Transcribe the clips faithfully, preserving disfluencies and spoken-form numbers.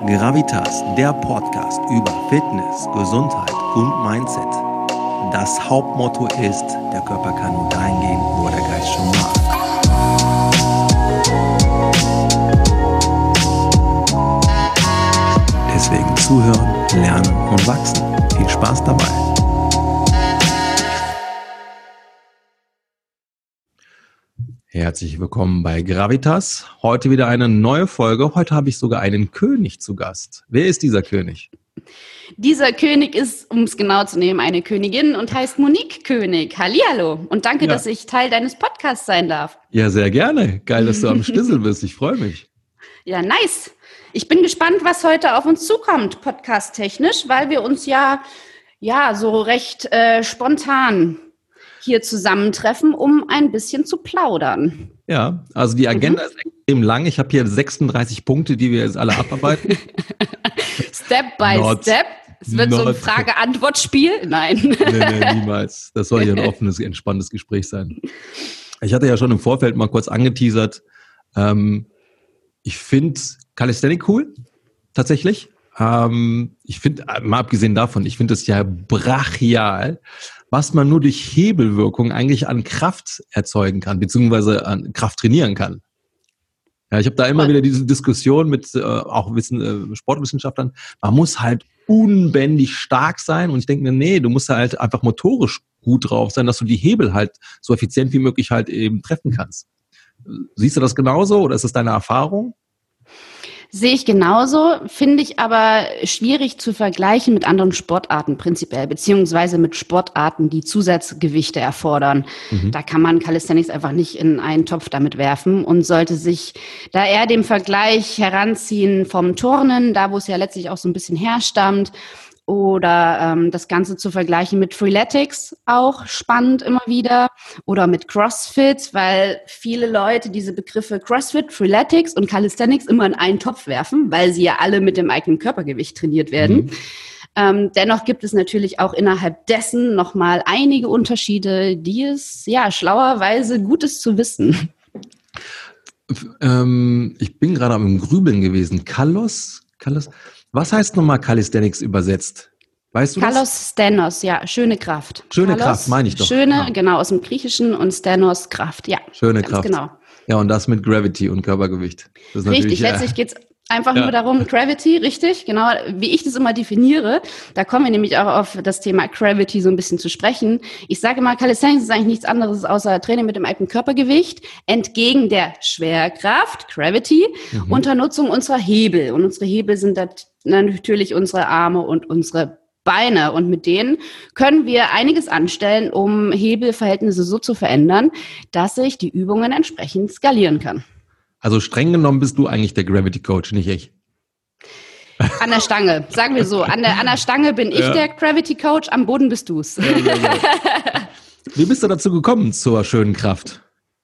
Gravitas, der Podcast über Fitness, Gesundheit und Mindset. Das Hauptmotto ist, der Körper kann nur dahin gehen, wo der Geist schon war. Deswegen zuhören, lernen und wachsen. Viel Spaß dabei. Herzlich willkommen bei Gravitas. Heute wieder eine neue Folge. Heute habe ich sogar einen König zu Gast. Wer ist dieser König? Dieser König ist, um es genau zu nehmen, eine Königin und heißt Monique König. Hallihallo und danke, ja. dass ich Teil deines Podcasts sein darf. Ja, sehr gerne. Geil, dass du am Schlüssel bist. Ich freue mich. Ja, nice. Ich bin gespannt, was heute auf uns zukommt, podcast-technisch, weil wir uns ja, ja so recht äh, spontan hier zusammentreffen, um ein bisschen zu plaudern. Ja, also die Agenda mhm. ist extrem lang. Ich habe hier sechsunddreißig Punkte, die wir jetzt alle abarbeiten. Step by not, Step. Es wird so ein Frage-Antwort-Spiel. Nein. Nee, nee, niemals. Das soll ja ein offenes, entspanntes Gespräch sein. Ich hatte ja schon im Vorfeld mal kurz angeteasert. Ähm, ich finde Calisthenics cool, tatsächlich. Ähm, ich finde, mal abgesehen davon, ich finde es ja brachial, was man nur durch Hebelwirkung eigentlich an Kraft erzeugen kann, beziehungsweise an Kraft trainieren kann. Ja, ich habe da immer wieder diese Diskussion mit äh, auch Wissen, äh, Sportwissenschaftlern. Man muss halt unbändig stark sein und ich denke mir, nee, du musst halt einfach motorisch gut drauf sein, dass du die Hebel halt so effizient wie möglich halt eben treffen kannst. Siehst du das genauso oder ist das deine Erfahrung? Sehe ich genauso, finde ich aber schwierig zu vergleichen mit anderen Sportarten prinzipiell, beziehungsweise mit Sportarten, die Zusatzgewichte erfordern. Mhm. Da kann man Calisthenics einfach nicht in einen Topf damit werfen und sollte sich da eher dem Vergleich heranziehen vom Turnen, da wo es ja letztlich auch so ein bisschen herstammt. Oder ähm, das Ganze zu vergleichen mit Freeletics, auch spannend immer wieder. Oder mit CrossFit, weil viele Leute diese Begriffe CrossFit, Freeletics und Calisthenics immer in einen Topf werfen, weil sie ja alle mit dem eigenen Körpergewicht trainiert werden. Mhm. Ähm, dennoch gibt es natürlich auch innerhalb dessen nochmal einige Unterschiede, die es ja schlauerweise gut ist zu wissen. Ähm, ich bin gerade am Grübeln gewesen. Kalos? Kalos? Was heißt nochmal Calisthenics übersetzt? Weißt du das? Kalos Stenos, ja, schöne Kraft. Schöne Kalos, Kraft, meine ich doch. Schöne, genau. genau, aus dem Griechischen und Stenos Kraft, ja. Schöne ganz Kraft. Genau. Ja, und das mit Gravity und Körpergewicht. Das ist richtig, ja, letztlich geht's einfach ja. nur darum, Gravity, richtig, genau, wie ich das immer definiere. Da kommen wir nämlich auch auf das Thema Gravity so ein bisschen zu sprechen. Ich sage immer, Calisthenics ist eigentlich nichts anderes außer Training mit dem eigenen Körpergewicht, entgegen der Schwerkraft, Gravity, mhm. unter Nutzung unserer Hebel. Und unsere Hebel sind das natürlich unsere Arme und unsere Beine. Und mit denen können wir einiges anstellen, um Hebelverhältnisse so zu verändern, dass sich die Übungen entsprechend skalieren kann. Also streng genommen bist du eigentlich der Gravity Coach, nicht ich. An der Stange, sagen wir so. An der, an der Stange bin ich ja. der Gravity Coach, am Boden bist du's. Ja, ja, ja. Wie bist du dazu gekommen zur schönen Kraft?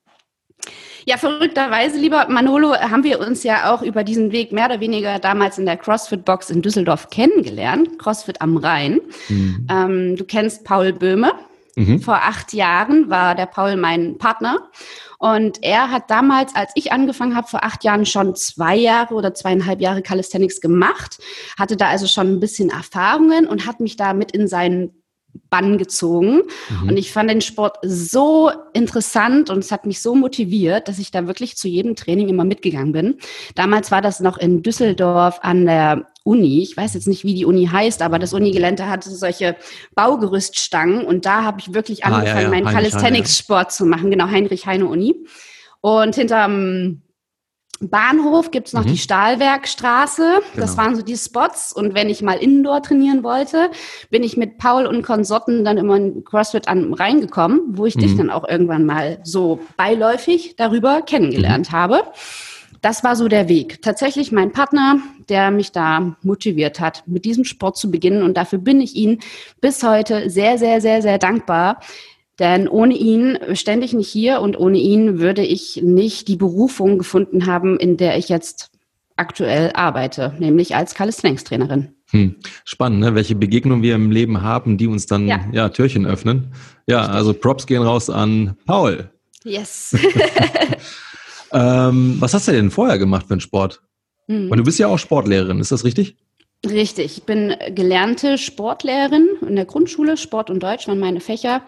Ja, verrückterweise, lieber Manolo, haben wir uns ja auch über diesen Weg mehr oder weniger damals in der CrossFit-Box in Düsseldorf kennengelernt. CrossFit am Rhein. Mhm. Ähm, du kennst Paul Böhme. Mhm. Vor acht Jahren war der Paul mein Partner. Und er hat damals, als ich angefangen habe, vor acht Jahren schon zwei Jahre oder zweieinhalb Jahre Calisthenics gemacht, hatte da also schon ein bisschen Erfahrungen und hat mich da mit in seinen Bann gezogen. Mhm. Und ich fand den Sport so interessant und es hat mich so motiviert, dass ich da wirklich zu jedem Training immer mitgegangen bin. Damals war das noch in Düsseldorf an der Uni. Ich weiß jetzt nicht, wie die Uni heißt, aber das Unigelände hatte solche Baugerüststangen und da habe ich wirklich angefangen, ah, ja, ja. meinen Calisthenics-Sport ja. zu machen. Genau, Heinrich-Heine-Uni. Und hinterm Bahnhof gibt's noch mhm. die Stahlwerkstraße. Genau. Das waren so die Spots. Und wenn ich mal Indoor trainieren wollte, bin ich mit Paul und Konsorten dann immer in CrossFit an reingekommen, wo ich mhm. dich dann auch irgendwann mal so beiläufig darüber kennengelernt mhm. habe. Das war so der Weg. Tatsächlich mein Partner, der mich da motiviert hat, mit diesem Sport zu beginnen. Und dafür bin ich ihm bis heute sehr, sehr, sehr, sehr dankbar. Denn ohne ihn stände ich nicht hier und ohne ihn würde ich nicht die Berufung gefunden haben, in der ich jetzt aktuell arbeite, nämlich als Calisthenics-Trainerin. Hm. Spannend, ne? Welche Begegnungen wir im Leben haben, die uns dann ja, ja Türchen öffnen. Ja, Richtig. Also Props gehen raus an Paul. Yes. ähm, was hast du denn vorher gemacht für einen Sport? Mhm. Und du bist ja auch Sportlehrerin, ist das richtig? Richtig, ich bin gelernte Sportlehrerin in der Grundschule, Sport und Deutsch waren meine Fächer.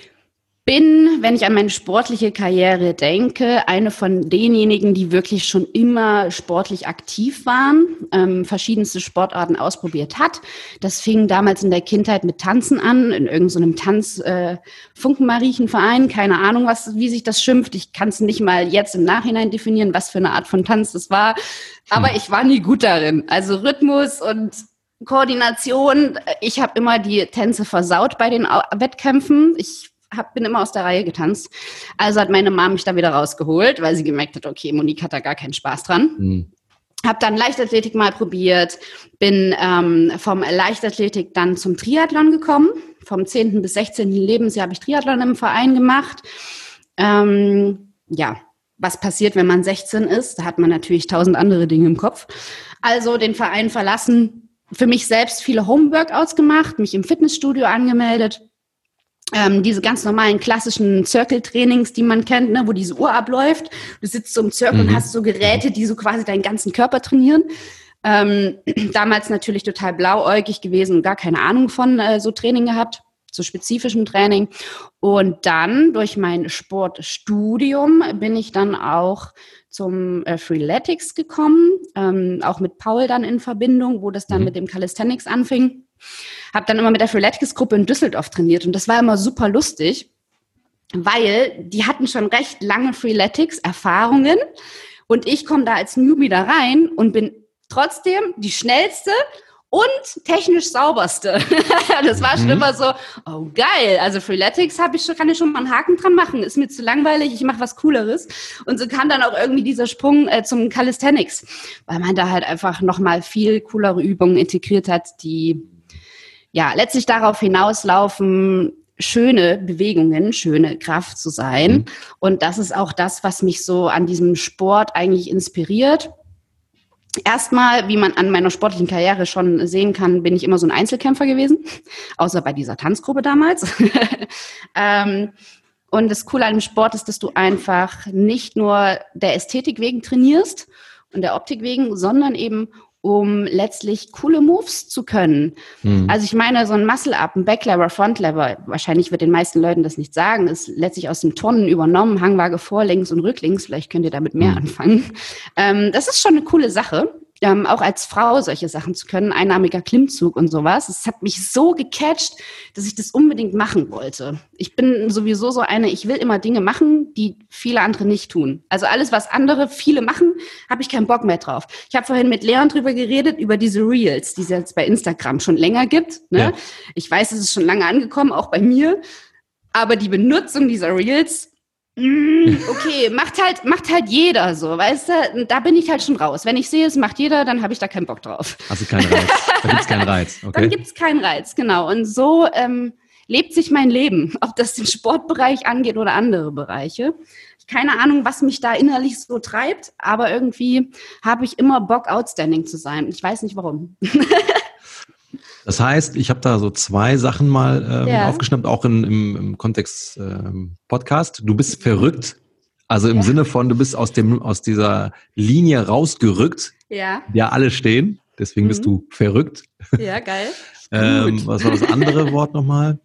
Bin, wenn ich an meine sportliche Karriere denke, eine von denjenigen, die wirklich schon immer sportlich aktiv waren, ähm, verschiedenste Sportarten ausprobiert hat. Das fing damals in der Kindheit mit Tanzen an, in irgendeinem Tanz äh, Funkenmariechenverein, keine Ahnung, was, wie sich das schimpft. Ich kann es nicht mal jetzt im Nachhinein definieren, was für eine Art von Tanz das war. Aber ich war nie gut darin. Also Rhythmus und Koordination. Ich habe immer die Tänze versaut bei den Wettkämpfen. Ich hab, bin immer aus der Reihe getanzt. Also hat meine Mama mich da wieder rausgeholt, weil sie gemerkt hat, okay, Monique hat da gar keinen Spaß dran. Mhm. Habe dann Leichtathletik mal probiert, bin ähm, vom Leichtathletik dann zum Triathlon gekommen. Vom zehnten bis sechzehnten Lebensjahr habe ich Triathlon im Verein gemacht. Ähm, ja, was passiert, wenn man sechzehn ist? Da hat man natürlich tausend andere Dinge im Kopf. Also den Verein verlassen, für mich selbst viele Homeworkouts gemacht, mich im Fitnessstudio angemeldet. Ähm, diese ganz normalen klassischen Circle-Trainings, die man kennt, ne, wo diese Uhr abläuft. Du sitzt so im Circle mhm. und hast so Geräte, die so quasi deinen ganzen Körper trainieren. Ähm, damals natürlich total blauäugig gewesen und gar keine Ahnung von äh, so Training gehabt, so spezifischem Training. Und dann durch mein Sportstudium bin ich dann auch zum äh, Freeletics gekommen, ähm, auch mit Paul dann in Verbindung, wo das dann mhm. mit dem Calisthenics anfing. Habe dann immer mit der Freeletics-Gruppe in Düsseldorf trainiert und das war immer super lustig, weil die hatten schon recht lange Freeletics-Erfahrungen und ich komme da als Newbie da rein und bin trotzdem die schnellste und technisch sauberste. Das war schon mhm. immer so, oh geil, also Freeletics hab ich schon, kann ich schon mal einen Haken dran machen, ist mir zu langweilig, ich mache was Cooleres. Und so kam dann auch irgendwie dieser Sprung äh, zum Calisthenics, weil man da halt einfach nochmal viel coolere Übungen integriert hat, die ja letztlich darauf hinauslaufen, schöne Bewegungen, schöne Kraft zu sein. Mhm. Und das ist auch das, was mich so an diesem Sport eigentlich inspiriert. Erstmal, wie man an meiner sportlichen Karriere schon sehen kann, bin ich immer so ein Einzelkämpfer gewesen, außer bei dieser Tanzgruppe damals. ähm, und das Coole an dem Sport ist, dass du einfach nicht nur der Ästhetik wegen trainierst und der Optik wegen, sondern eben um letztlich coole Moves zu können. Mhm. Also ich meine, so ein Muscle-Up, ein Backlever, Frontlever, wahrscheinlich wird den meisten Leuten das nicht sagen, ist letztlich aus dem Turnen übernommen, Hangwaage vor, links und rücklinks, vielleicht könnt ihr damit mehr mhm. anfangen. Ähm, das ist schon eine coole Sache. Ähm, auch als Frau solche Sachen zu können, einarmiger Klimmzug und sowas. Es hat mich so gecatcht, dass ich das unbedingt machen wollte. Ich bin sowieso so eine, ich will immer Dinge machen, die viele andere nicht tun. Also alles, was andere viele machen, habe ich keinen Bock mehr drauf. Ich habe vorhin mit Leon drüber geredet, über diese Reels, die es jetzt bei Instagram schon länger gibt. Ne? Ja. Ich weiß, es ist schon lange angekommen, auch bei mir. Aber die Benutzung dieser Reels, okay, macht halt, macht halt jeder so, weißt du, da bin ich halt schon raus. Wenn ich sehe, es macht jeder, dann habe ich da keinen Bock drauf. Also keinen Reiz, da gibt's keinen Reiz, okay. Dann gibt's keinen Reiz, genau. Und so ähm, lebt sich mein Leben, ob das den Sportbereich angeht oder andere Bereiche. Keine Ahnung, was mich da innerlich so treibt, aber irgendwie habe ich immer Bock, outstanding zu sein. Ich weiß nicht, warum. Das heißt, ich habe da so zwei Sachen mal ähm, ja. aufgeschnappt, auch in, im, im Kontext ähm, Podcast. Du bist verrückt, also im ja. Sinne von, du bist aus dem aus dieser Linie rausgerückt, ja, der alle stehen. Deswegen mhm. bist du verrückt. Ja, geil. ähm, was war das andere Wort nochmal?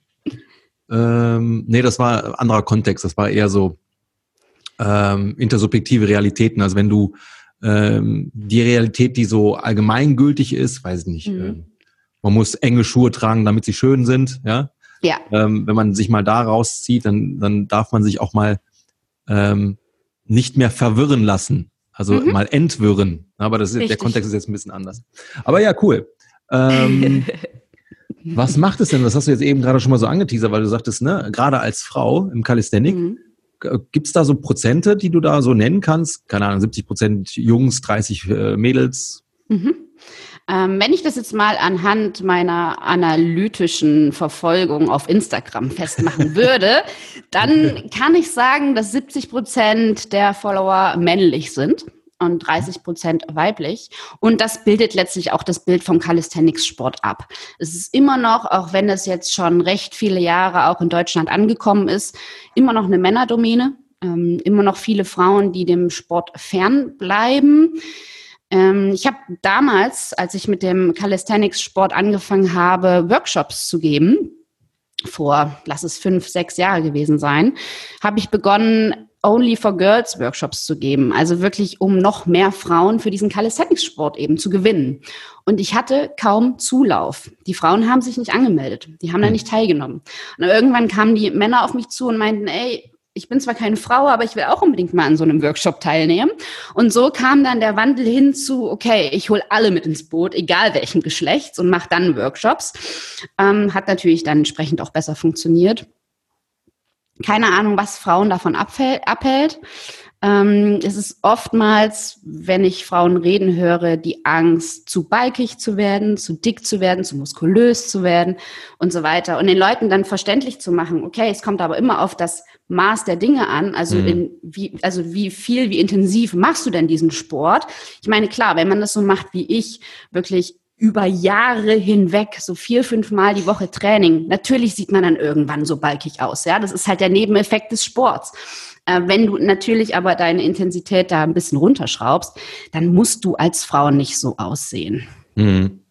Ähm, nee, das war ein anderer Kontext. Das war eher so ähm, intersubjektive Realitäten. Also wenn du ähm, die Realität, die so allgemeingültig ist, weiß ich nicht, mhm. ähm, man muss enge Schuhe tragen, damit sie schön sind, ja. Ja. Ähm, wenn man sich mal da rauszieht, dann, dann darf man sich auch mal ähm, nicht mehr verwirren lassen. Also mhm. mal entwirren. Aber das ist, der Kontext ist jetzt ein bisschen anders. Aber ja, cool. Ähm, was macht es denn? Das hast du jetzt eben gerade schon mal so angeteasert, weil du sagtest, ne, gerade als Frau im Calisthenic, mhm. gibt es da so Prozente, die du da so nennen kannst? Keine Ahnung, siebzig Prozent Jungs, dreißig äh, Mädels? Mhm. Ähm, wenn ich das jetzt mal anhand meiner analytischen Verfolgung auf Instagram festmachen würde, dann kann ich sagen, dass siebzig Prozent der Follower männlich sind und dreißig Prozent weiblich. Und das bildet letztlich auch das Bild vom Calisthenics-Sport ab. Es ist immer noch, auch wenn es jetzt schon recht viele Jahre auch in Deutschland angekommen ist, immer noch eine Männerdomäne. Ähm, immer noch viele Frauen, die dem Sport fernbleiben. Ähm, ich habe damals, als ich mit dem Calisthenics-Sport angefangen habe, Workshops zu geben, vor, lass es fünf, sechs Jahre gewesen sein, habe ich begonnen, Only for Girls Workshops zu geben. Also wirklich, um noch mehr Frauen für diesen Calisthenics-Sport eben zu gewinnen. Und ich hatte kaum Zulauf. Die Frauen haben sich nicht angemeldet. Die haben da nicht teilgenommen. Und irgendwann kamen die Männer auf mich zu und meinten, ey, ich bin zwar keine Frau, aber ich will auch unbedingt mal an so einem Workshop teilnehmen. Und so kam dann der Wandel hin zu, okay, ich hole alle mit ins Boot, egal welchen Geschlechts, und mache dann Workshops. Ähm, hat natürlich dann entsprechend auch besser funktioniert. Keine Ahnung, was Frauen davon abhält. Ähm, es ist oftmals, wenn ich Frauen reden höre, die Angst, zu balkig zu werden, zu dick zu werden, zu muskulös zu werden und so weiter. Und den Leuten dann verständlich zu machen, okay, es kommt aber immer auf das Maß der Dinge an, also mhm. in wie, also wie viel, wie intensiv machst du denn diesen Sport? Ich meine, klar, wenn man das so macht wie ich, wirklich über Jahre hinweg, so vier, fünf Mal die Woche Training, natürlich sieht man dann irgendwann so balkig aus. Ja, das ist halt der Nebeneffekt des Sports. Äh, wenn du natürlich aber deine Intensität da ein bisschen runterschraubst, dann musst du als Frau nicht so aussehen. Mhm.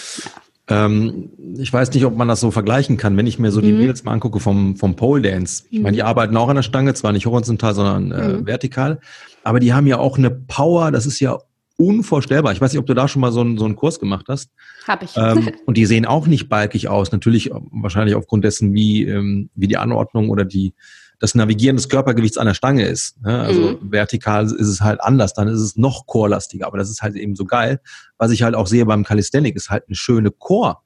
Ja. Ähm, ich weiß nicht, ob man das so vergleichen kann, wenn ich mir so die mhm. Mädels mal angucke vom, vom Pole Dance. Ich meine, die arbeiten auch an der Stange, zwar nicht horizontal, sondern äh, mhm. vertikal, aber die haben ja auch eine Power, das ist ja unvorstellbar. Ich weiß nicht, ob du da schon mal so einen, so einen Kurs gemacht hast. Hab ich. Ähm, und die sehen auch nicht balkig aus. Natürlich wahrscheinlich aufgrund dessen, wie, ähm, wie die Anordnung oder die, das Navigieren des Körpergewichts an der Stange ist. Ne? Also mhm. vertikal ist es halt anders, dann ist es noch core-lastiger. Aber das ist halt eben so geil. Was ich halt auch sehe beim Calisthenics, ist halt eine schöne Core,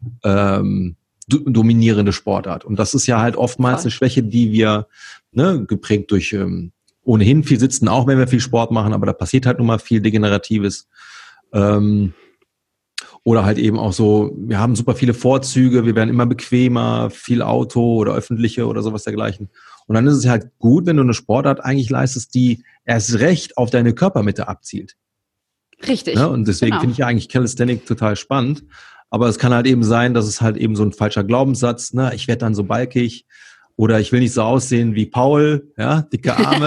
ähm, dominierende Sportart. Und das ist ja halt oftmals Voll. Eine Schwäche, die wir, ne, geprägt durch ähm, ohnehin viel sitzen, auch wenn wir viel Sport machen, aber da passiert halt nun mal viel Degeneratives. Ähm, oder halt eben auch so, wir haben super viele Vorzüge, wir werden immer bequemer, viel Auto oder öffentliche oder sowas dergleichen. Und dann ist es halt gut, wenn du eine Sportart eigentlich leistest, die erst recht auf deine Körpermitte abzielt. Richtig. Ja, und deswegen genau. finde ich ja eigentlich Calisthenics total spannend. Aber es kann halt eben sein, dass es halt eben so ein falscher Glaubenssatz, ne, ich werde dann so balkig. Oder ich will nicht so aussehen wie Paul, ja, dicke Arme.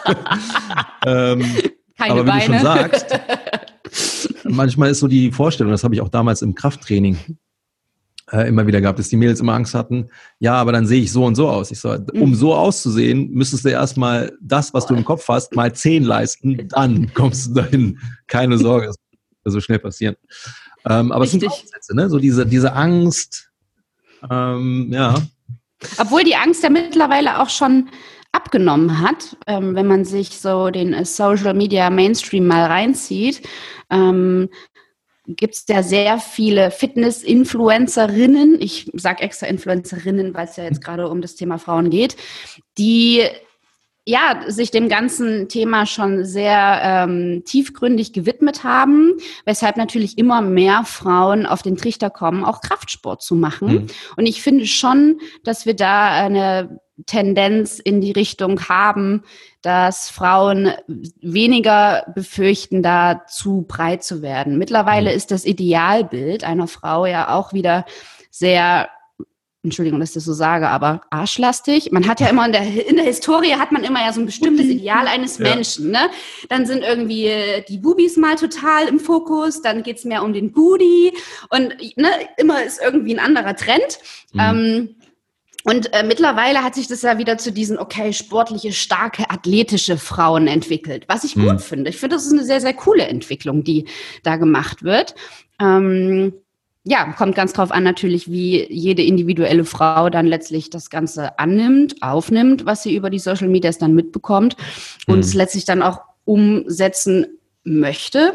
ähm, Keine aber wie Beine. du schon sagst, manchmal ist so die Vorstellung, das habe ich auch damals im Krafttraining äh, immer wieder gehabt, dass die Mädels immer Angst hatten, ja, aber dann sehe ich so und so aus. Ich so, um so auszusehen, müsstest du erstmal das, was du im Kopf hast, mal zehn leisten, dann kommst du dahin. Keine Sorge, das wird so schnell passieren. Ähm, aber Richtig. Es sind Aufsätze, ne? So diese, diese Angst, ähm, ja. Obwohl die Angst ja mittlerweile auch schon abgenommen hat, ähm, wenn man sich so den äh, Social Media Mainstream mal reinzieht, ähm, gibt es ja sehr viele Fitness-Influencerinnen, ich sage extra Influencerinnen, weil es ja jetzt gerade um das Thema Frauen geht, die ja, sich dem ganzen Thema schon sehr ähm, tiefgründig gewidmet haben, weshalb natürlich immer mehr Frauen auf den Trichter kommen, auch Kraftsport zu machen. Mhm. Und ich finde schon, dass wir da eine Tendenz in die Richtung haben, dass Frauen weniger befürchten, da zu breit zu werden. Mittlerweile mhm. ist das Idealbild einer Frau ja auch wieder sehr, Entschuldigung, dass ich das so sage, aber arschlastig. Man hat ja immer in der, in der Historie hat man immer ja so ein bestimmtes Ideal eines ja. Menschen, ne? Dann sind irgendwie die Bubis mal total im Fokus, dann geht's mehr um den Booty und ne, immer ist irgendwie ein anderer Trend. Mhm. Ähm, und äh, mittlerweile hat sich das ja wieder zu diesen, okay, sportliche, starke, athletische Frauen entwickelt, was ich gut mhm. finde. Ich finde, das ist eine sehr, sehr coole Entwicklung, die da gemacht wird. Ähm, Ja, kommt ganz drauf an natürlich, wie jede individuelle Frau dann letztlich das Ganze annimmt, aufnimmt, was sie über die Social Medias dann mitbekommt und mhm. es letztlich dann auch umsetzen möchte.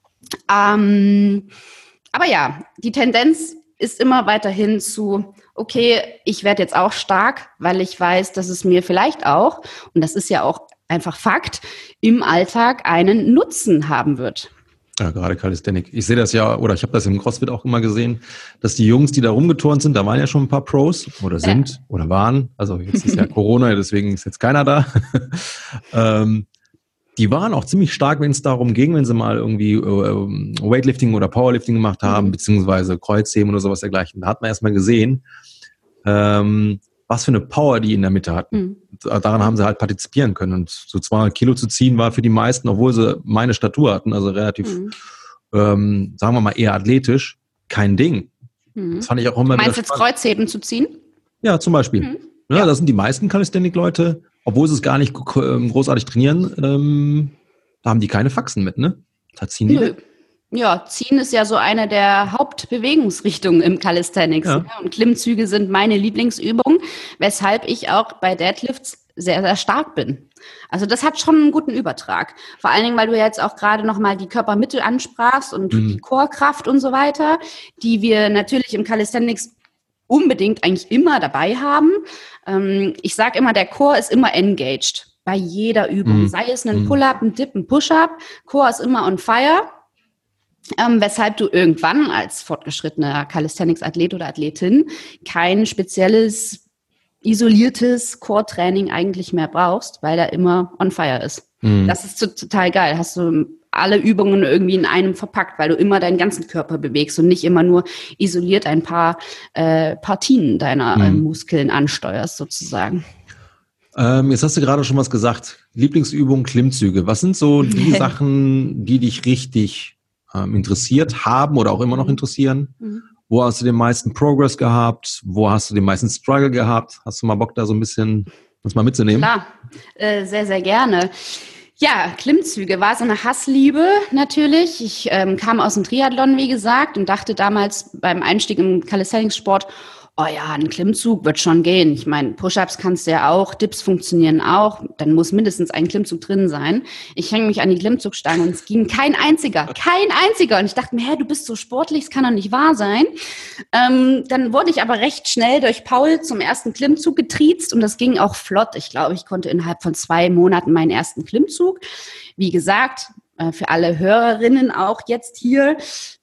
Ähm, aber ja, die Tendenz ist immer weiterhin zu, okay, ich werde jetzt auch stark, weil ich weiß, dass es mir vielleicht auch, und das ist ja auch einfach Fakt, im Alltag einen Nutzen haben wird. Ja, gerade Calisthenics. Ich sehe das ja, oder ich habe das im CrossFit auch immer gesehen, dass die Jungs, die da rumgeturnt sind, da waren ja schon ein paar Pros oder sind ja. oder waren, also jetzt ist ja Corona, deswegen ist jetzt keiner da. ähm, die waren auch ziemlich stark, wenn es darum ging, wenn sie mal irgendwie äh, Weightlifting oder Powerlifting gemacht haben, mhm. beziehungsweise Kreuzheben oder sowas dergleichen. Da hat man erstmal gesehen, ähm, was für eine Power die in der Mitte hatten. Mhm. Daran haben sie halt partizipieren können. Und so zweihundert Kilo zu ziehen war für die meisten, obwohl sie meine Statur hatten, also relativ, mhm. ähm, sagen wir mal eher athletisch, kein Ding. Mhm. Das fand ich auch immer. Du meinst jetzt Kreuzheben zu ziehen? Ja, zum Beispiel. Mhm. Ja, ja. Das sind die meisten Calisthenic-Leute, obwohl sie es gar nicht großartig trainieren, ähm, da haben die keine Faxen mit, ne? Da ziehen die Nö. Ja, Ziehen ist ja so eine der Hauptbewegungsrichtungen im Calisthenics. Ja. Ja, und Klimmzüge sind meine Lieblingsübung, weshalb ich auch bei Deadlifts sehr, sehr stark bin. Also das hat schon einen guten Übertrag. Vor allen Dingen, weil du ja jetzt auch gerade nochmal die Körpermittel ansprachst und mhm. die Core-Kraft und so weiter, die wir natürlich im Calisthenics unbedingt eigentlich immer dabei haben. Ähm, ich sage immer, der Core ist immer engaged bei jeder Übung. Mhm. Sei es ein Pull-Up, ein Dip, ein Push-Up. Core ist immer on fire. Ähm, weshalb du irgendwann als fortgeschrittener Calisthenics-Athlet oder Athletin kein spezielles, isoliertes Core-Training eigentlich mehr brauchst, weil er immer on fire ist. Mhm. Das ist total geil. Hast du alle Übungen irgendwie in einem verpackt, weil du immer deinen ganzen Körper bewegst und nicht immer nur isoliert ein paar äh, Partien deiner mhm. äh, Muskeln ansteuerst sozusagen. Ähm, jetzt hast du gerade schon was gesagt. Lieblingsübung, Klimmzüge. Was sind so die Sachen, die dich richtig ähm, interessiert haben oder auch immer noch interessieren? Mhm. Wo hast du den meisten Progress gehabt? Wo hast du den meisten Struggle gehabt? Hast du mal Bock, da so ein bisschen uns mal mitzunehmen? Klar, äh, sehr, sehr gerne. Ja, Klimmzüge war so eine Hassliebe natürlich. Ich ähm, kam aus dem Triathlon, wie gesagt, und dachte damals beim Einstieg im Calisthenics-Sport, oh ja, ein Klimmzug wird schon gehen. Ich meine, Push-Ups kannst du ja auch, Dips funktionieren auch. Dann muss mindestens ein Klimmzug drin sein. Ich hänge mich an die Klimmzugstange und es ging kein einziger, kein einziger. Und ich dachte mir, hä, du bist so sportlich, es kann doch nicht wahr sein. Ähm, dann wurde ich aber recht schnell durch Paul zum ersten Klimmzug getriezt und das ging auch flott. Ich glaube, ich konnte innerhalb von zwei Monaten meinen ersten Klimmzug. Wie gesagt, für alle Hörerinnen auch jetzt hier,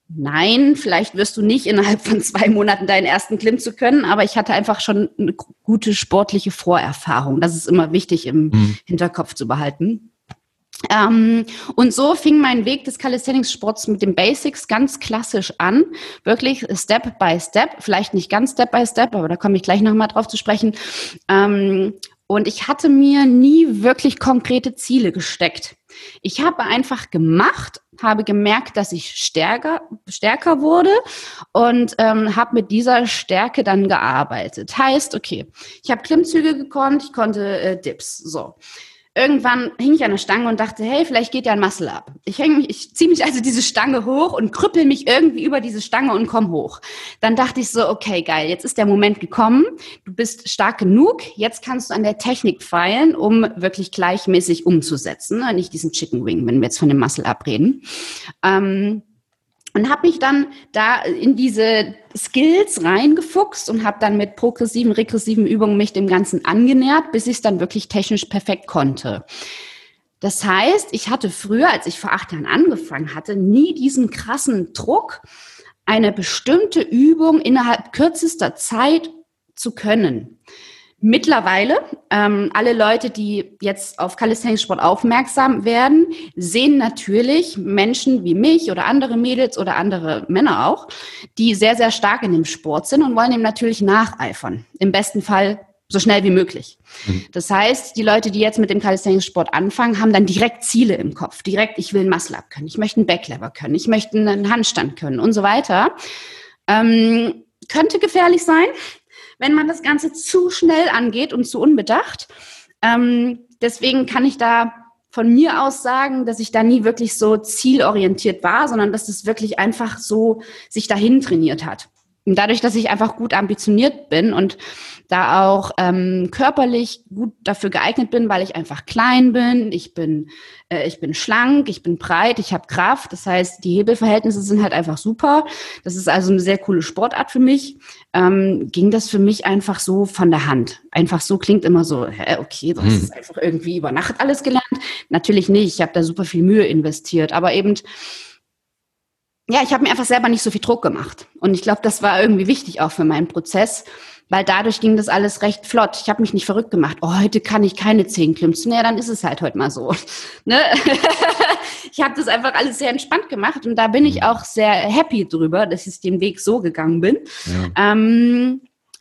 nein, vielleicht wirst du nicht innerhalb von zwei Monaten deinen ersten Klimmzug können, aber ich hatte einfach schon eine gute sportliche Vorerfahrung. Das ist immer wichtig im mhm. Hinterkopf zu behalten. Ähm, und so fing mein Weg des Calisthenics-Sports mit den Basics ganz klassisch an. Wirklich Step by Step, vielleicht nicht ganz Step by Step, aber da komme ich gleich nochmal drauf zu sprechen. Ähm, und ich hatte mir nie wirklich konkrete Ziele gesteckt. Ich habe einfach gemacht, habe gemerkt, dass ich stärker, stärker wurde und ähm, habe mit dieser Stärke dann gearbeitet. Heißt, okay, ich habe Klimmzüge gekonnt, ich konnte äh, Dips, so. Irgendwann hing ich an der Stange und dachte, hey, vielleicht geht ja ein Muscle-Up. Ich häng mich, ich ziehe mich also diese Stange hoch und krüppel mich irgendwie über dieseStange und komm hoch. Dann dachte ich so, okay, geil, jetzt ist der Moment gekommen. Du bist stark genug. Jetzt kannst du an der Technik feilen, um wirklich gleichmäßig umzusetzen. Nicht diesen Chicken Wing, wenn wir jetzt von dem Muscle-Up reden. Ähm, Und habe mich dann da in diese Skills reingefuchst und habe dann mit progressiven, regressiven Übungen mich dem Ganzen angenähert, bis ich es dann wirklich technisch perfekt konnte. Das heißt, ich hatte früher, als ich vor acht Jahren angefangen hatte, nie diesen krassen Druck, eine bestimmte Übung innerhalb kürzester Zeit zu können. Mittlerweile, ähm, alle Leute, die jetzt auf Calisthenics-Sport aufmerksam werden, sehen natürlich Menschen wie mich oder andere Mädels oder andere Männer auch, die sehr, sehr stark in dem Sport sind und wollen dem natürlich nacheifern. Im besten Fall so schnell wie möglich. Mhm. Das heißt, die Leute, die jetzt mit dem Calisthenics-Sport anfangen, haben dann direkt Ziele im Kopf. Direkt, ich will ein Muscle-Up können, ich möchte einen Backlever können, ich möchte einen Handstand können und so weiter. Ähm, könnte gefährlich sein, wenn man das Ganze zu schnell angeht und zu unbedacht. Ähm, deswegen kann ich da von mir aus sagen, dass ich da nie wirklich so zielorientiert war, sondern dass das wirklich einfach so sich dahin trainiert hat. Und dadurch, dass ich einfach gut ambitioniert bin und da auch ähm, körperlich gut dafür geeignet bin, weil ich einfach klein bin, ich bin äh, ich bin schlank, ich bin breit, ich habe Kraft. Das heißt, die Hebelverhältnisse sind halt einfach super. Das ist also eine sehr coole Sportart für mich. Ähm, ging das für mich einfach so von der Hand. Einfach so klingt immer so, hä, okay, du hast es einfach irgendwie über Nacht alles gelernt. Natürlich nicht, ich habe da super viel Mühe investiert, aber eben ja, ich habe mir einfach selber nicht so viel Druck gemacht. Und ich glaube, das war irgendwie wichtig auch für meinen Prozess, weil dadurch ging das alles recht flott. Ich habe mich nicht verrückt gemacht. Oh, heute kann ich keine zehn Klimmzüge. Naja, dann ist es halt heute mal so. Ne? Ich habe das einfach alles sehr entspannt gemacht und da bin ich auch sehr happy drüber, dass ich den Weg so gegangen bin. Ja. Ähm,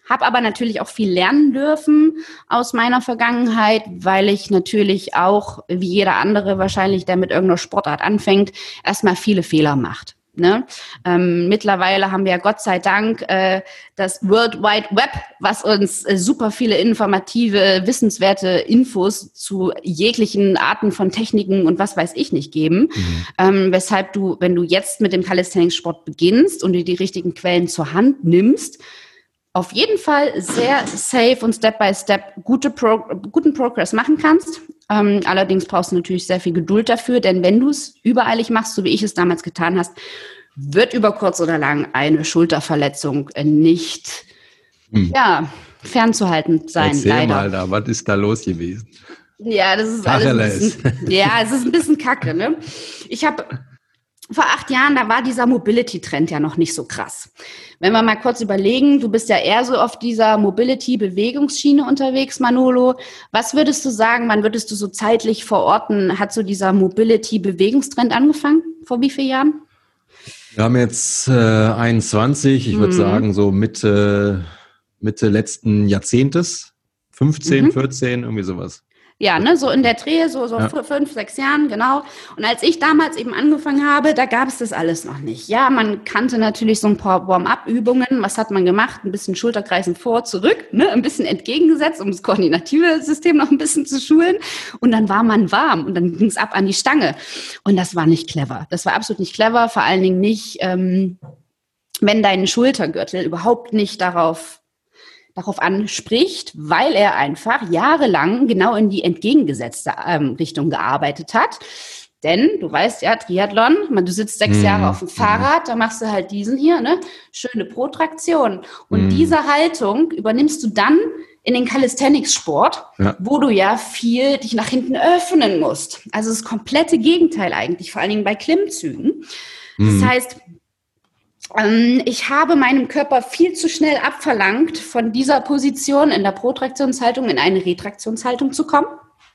habe aber natürlich auch viel lernen dürfen aus meiner Vergangenheit, weil ich natürlich auch, wie jeder andere wahrscheinlich, der mit irgendeiner Sportart anfängt, erstmal viele Fehler macht. Ne? Ähm, mittlerweile haben wir ja Gott sei Dank äh, das World Wide Web, was uns äh, super viele informative, wissenswerte Infos zu jeglichen Arten von Techniken und was weiß ich nicht geben. Mhm. Ähm, weshalb du, wenn du jetzt mit dem Calisthenics-Sport beginnst und dir die richtigen Quellen zur Hand nimmst, auf jeden Fall sehr safe und Step by Step gute Pro- guten Progress machen kannst. Ähm, allerdings brauchst du natürlich sehr viel Geduld dafür, denn wenn du es übereilig machst, so wie ich es damals getan hast, wird über kurz oder lang eine Schulterverletzung nicht hm. ja, fernzuhalten sein. Erzähl leider. mal da, was ist da los gewesen? Ja, das ist alles ein bisschen, ja, es ist ein bisschen kacke, ne? Ich habe vor acht Jahren, da war dieser Mobility-Trend ja noch nicht so krass. Wenn wir mal kurz überlegen, du bist ja eher so auf dieser Mobility-Bewegungsschiene unterwegs, Manolo. Was würdest du sagen, wann würdest du so zeitlich verorten, hat so dieser Mobility-Bewegungstrend angefangen? Vor wie vielen Jahren? Wir haben jetzt äh, einundzwanzig, ich würde mhm. sagen so Mitte, Mitte letzten Jahrzehntes, fünfzehn, mhm. vierzehn, irgendwie sowas. Ja, ne, so in der Dreh, so, so ja. fünf, sechs Jahren, genau. Und als ich damals eben angefangen habe, da gab es das alles noch nicht. Ja, man kannte natürlich so ein paar Warm-up-Übungen. Was hat man gemacht? Ein bisschen Schulterkreisen vor, zurück, ne, ein bisschen entgegengesetzt, um das koordinative System noch ein bisschen zu schulen. Und dann war man warm und dann ging es ab an die Stange. Und das war nicht clever. Das war absolut nicht clever, vor allen Dingen nicht, ähm, wenn dein Schultergürtel überhaupt nicht darauf darauf anspricht, weil er einfach jahrelang genau in die entgegengesetzte ähm, Richtung gearbeitet hat. Denn du weißt ja, Triathlon, man, du sitzt sechs mm. Jahre auf dem Fahrrad, da machst du halt diesen hier, ne, schöne Protraktion. Und mm. diese Haltung übernimmst du dann in den Calisthenics-Sport, ja. wo du ja viel dich nach hinten öffnen musst. Also das komplette Gegenteil eigentlich, vor allen Dingen bei Klimmzügen. Mm. Das heißt, ich habe meinem Körper viel zu schnell abverlangt, von dieser Position in der Protraktionshaltung in eine Retraktionshaltung zu kommen.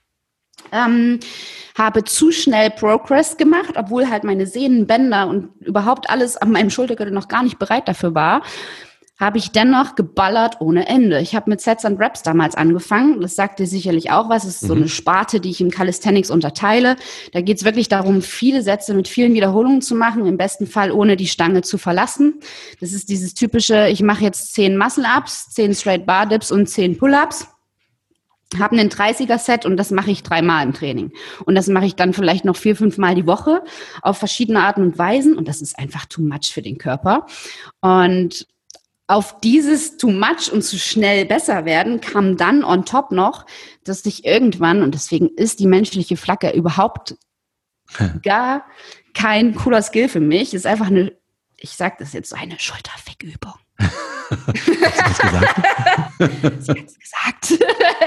Ähm, habe zu schnell Progress gemacht, obwohl halt meine Sehnen, Bänder und überhaupt alles an meinem Schultergürtel noch gar nicht bereit dafür war. Habe ich dennoch geballert ohne Ende. Ich habe mit Sets and Reps damals angefangen. Das sagt dir sicherlich auch was. Es ist mhm. so eine Sparte, die ich im Calisthenics unterteile. Da geht es wirklich darum, viele Sätze mit vielen Wiederholungen zu machen, im besten Fall ohne die Stange zu verlassen. Das ist dieses typische, ich mache jetzt zehn Muscle-Ups, zehn Straight Bar Dips und zehn Pull-Ups. Habe einen dreißiger-Set und das mache ich dreimal im Training. Und das mache ich dann vielleicht noch vier, fünf Mal die Woche auf verschiedene Arten und Weisen. Und das ist einfach too much für den Körper. Und auf dieses too much und zu schnell besser werden kam dann on top noch, dass sich irgendwann, und deswegen ist die menschliche Flagge überhaupt gar kein cooler Skill für mich, ist einfach eine, ich sag das jetzt so, eine Schulterfickübung. Hast du das gesagt? Ich hab's gesagt.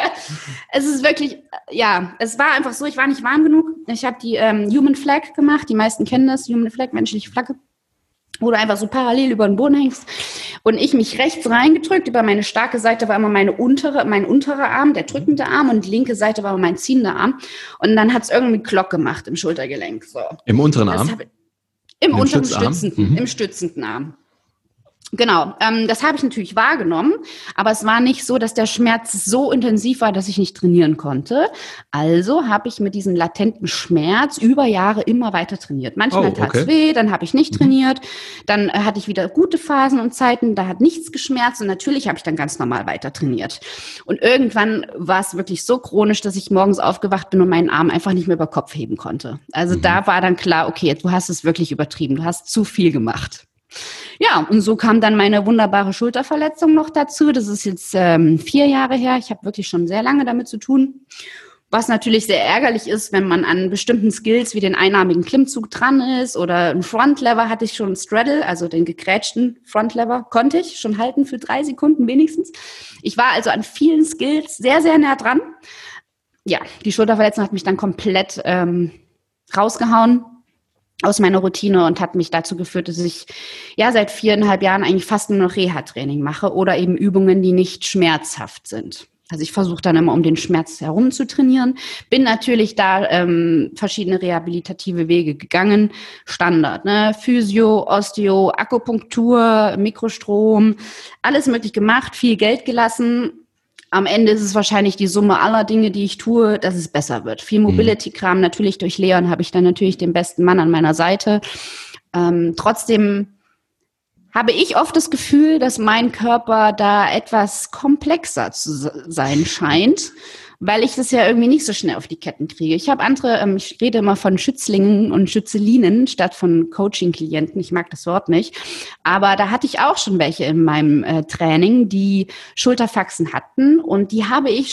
Es ist wirklich, ja, es war einfach so, ich war nicht warm genug. Ich habe die ähm, Human Flag gemacht, die meisten kennen das, Human Flag, menschliche Flagge, wo du einfach so parallel über den Boden hängst und ich mich rechts reingedrückt, über meine starke Seite war immer meine untere, mein unterer Arm, der drückende Arm und linke Seite war mein ziehender Arm und dann hat es irgendwie Klock gemacht im Schultergelenk. So. Im unteren Arm? Hab, Im, Im unteren stützenden, mhm. im stützenden Arm. Genau, ähm, das habe ich natürlich wahrgenommen, aber es war nicht so, dass der Schmerz so intensiv war, dass ich nicht trainieren konnte. Also habe ich mit diesem latenten Schmerz über Jahre immer weiter trainiert. Manchmal oh, okay. tat es weh, dann habe ich nicht mhm. trainiert, dann äh, hatte ich wieder gute Phasen und Zeiten, da hat nichts geschmerzt und natürlich habe ich dann ganz normal weiter trainiert. Und irgendwann war es wirklich so chronisch, dass ich morgens aufgewacht bin und meinen Arm einfach nicht mehr über Kopf heben konnte. Also mhm. da war dann klar, okay, du hast es wirklich übertrieben, du hast zu viel gemacht. Ja, und so kam dann meine wunderbare Schulterverletzung noch dazu. Das ist jetzt ähm, vier Jahre her. Ich habe wirklich schon sehr lange damit zu tun. Was natürlich sehr ärgerlich ist, wenn man an bestimmten Skills wie den einarmigen Klimmzug dran ist oder ein Frontlever hatte ich schon, einen Straddle, also den gegrätschten Frontlever konnte ich schon halten für drei Sekunden wenigstens. Ich war also an vielen Skills sehr, sehr nah dran. Ja, die Schulterverletzung hat mich dann komplett ähm, rausgehauen aus meiner Routine und hat mich dazu geführt, dass ich ja seit viereinhalb Jahren eigentlich fast nur noch Reha-Training mache oder eben Übungen, die nicht schmerzhaft sind. Also ich versuche dann immer, um den Schmerz herum zu trainieren. Bin natürlich da ähm, verschiedene rehabilitative Wege gegangen. Standard, ne? Physio, Osteo, Akupunktur, Mikrostrom, alles möglich gemacht, viel Geld gelassen. Am Ende ist es wahrscheinlich die Summe aller Dinge, die ich tue, dass es besser wird. Viel Mobility-Kram, natürlich durch Leon habe ich dann natürlich den besten Mann an meiner Seite. Ähm, trotzdem habe ich oft das Gefühl, dass mein Körper da etwas komplexer zu sein scheint, weil ich das ja irgendwie nicht so schnell auf die Ketten kriege. Ich habe andere, ähm, ich rede immer von Schützlingen und Schützelinen statt von Coaching-Klienten. Ich mag das Wort nicht. Aber da hatte ich auch schon welche in meinem äh, Training, die Schulterfaxen hatten. Und die habe ich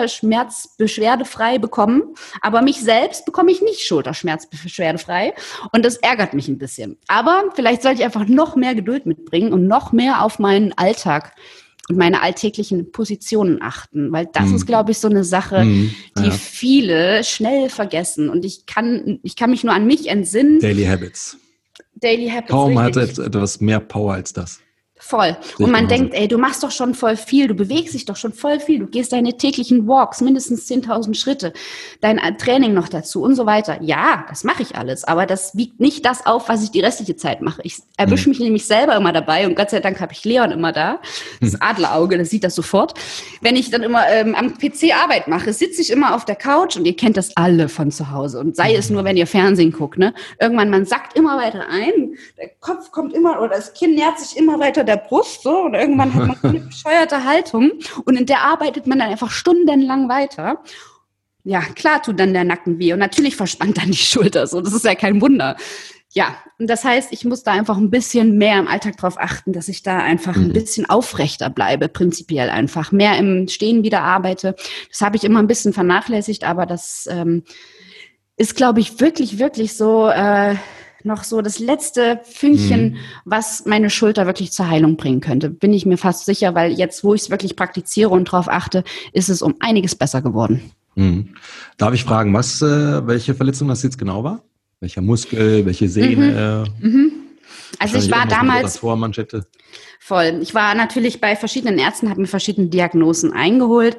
schulterschmerzbeschwerdefrei bekommen. Aber mich selbst bekomme ich nicht schulterschmerzbeschwerdefrei. Und das ärgert mich ein bisschen. Aber vielleicht sollte ich einfach noch mehr Geduld mitbringen und noch mehr auf meinen Alltag und meine alltäglichen Positionen achten, weil das mm. ist, glaube ich, so eine Sache, mm, die ja. viele schnell vergessen. Und ich kann, ich kann mich nur an mich entsinnen. Daily Habits. Daily Habits. Kaum hat etwas mehr Power als das. Voll. Und man denkt, ey, du machst doch schon voll viel, du bewegst dich doch schon voll viel, du gehst deine täglichen Walks, mindestens zehntausend Schritte, dein Training noch dazu und so weiter. Ja, das mache ich alles, aber das wiegt nicht das auf, was ich die restliche Zeit mache. Ich erwische mich nämlich selber immer dabei und Gott sei Dank habe ich Leon immer da, das Adlerauge, das sieht das sofort. Wenn ich dann immer ähm, am P C Arbeit mache, sitze ich immer auf der Couch und ihr kennt das alle von zu Hause und sei es nur, wenn ihr Fernsehen guckt, ne? Irgendwann, man sackt immer weiter ein, der Kopf kommt immer oder das Kinn nähert sich immer weiter der Brust, so, und irgendwann hat man eine bescheuerte Haltung und in der arbeitet man dann einfach stundenlang weiter. Ja, klar tut dann der Nacken weh und natürlich verspannt dann die Schulter, so, das ist ja kein Wunder. Ja, und das heißt, ich muss da einfach ein bisschen mehr im Alltag drauf achten, dass ich da einfach ein bisschen aufrechter bleibe, prinzipiell einfach, mehr im Stehen wieder arbeite. Das habe ich immer ein bisschen vernachlässigt, aber das ähm, ist, glaube ich, wirklich, wirklich so äh, noch so das letzte Fünkchen, mhm. was meine Schulter wirklich zur Heilung bringen könnte. Bin ich mir fast sicher, weil jetzt, wo ich es wirklich praktiziere und drauf achte, ist es um einiges besser geworden. Mhm. Darf ich fragen, was, äh, welche Verletzung das jetzt genau war? Welcher Muskel, welche Sehne? Mhm. Mhm. Also ich war damals Rotatormanschette. Voll. Ich war natürlich bei verschiedenen Ärzten, habe mir verschiedene Diagnosen eingeholt.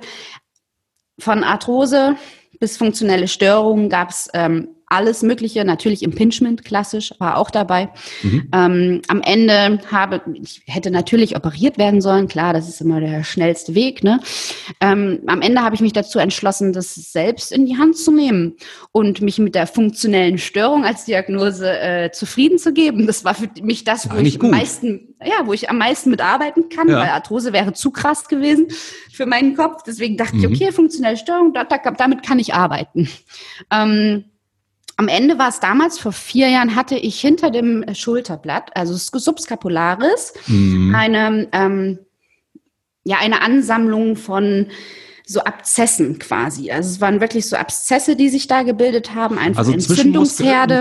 Von Arthrose bis funktionelle Störungen gab es ähm, alles Mögliche, natürlich Impingement, klassisch, war auch dabei. Mhm. Ähm, am Ende habe, ich hätte natürlich operiert werden sollen, klar, das ist immer der schnellste Weg, ne? Ähm, am Ende habe ich mich dazu entschlossen, das selbst in die Hand zu nehmen und mich mit der funktionellen Störung als Diagnose äh, zufrieden zu geben. Das war für mich das, wo ich am meisten, ja, wo ich am meisten mitarbeiten kann, ja. Weil Arthrose wäre zu krass gewesen für meinen Kopf. Deswegen dachte mhm. ich, okay, funktionelle Störung, damit kann ich arbeiten. Ähm, Am Ende war es damals, vor vier Jahren, hatte ich hinter dem Schulterblatt, also Subscapularis, mhm. eine, ähm, ja, eine Ansammlung von so Abszessen quasi. Also es waren wirklich so Abszesse, die sich da gebildet haben, einfach also Entzündungsherde.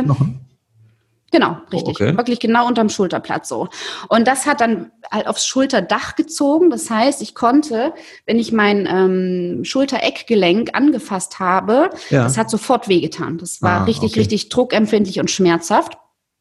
Genau, richtig. Oh, okay. Wirklich genau unterm Schulterblatt so. Und das hat dann halt aufs Schulterdach gezogen. Das heißt, ich konnte, wenn ich mein ähm, Schultereckgelenk angefasst habe, ja. das hat sofort wehgetan. Das war ah, richtig, okay. richtig druckempfindlich und schmerzhaft.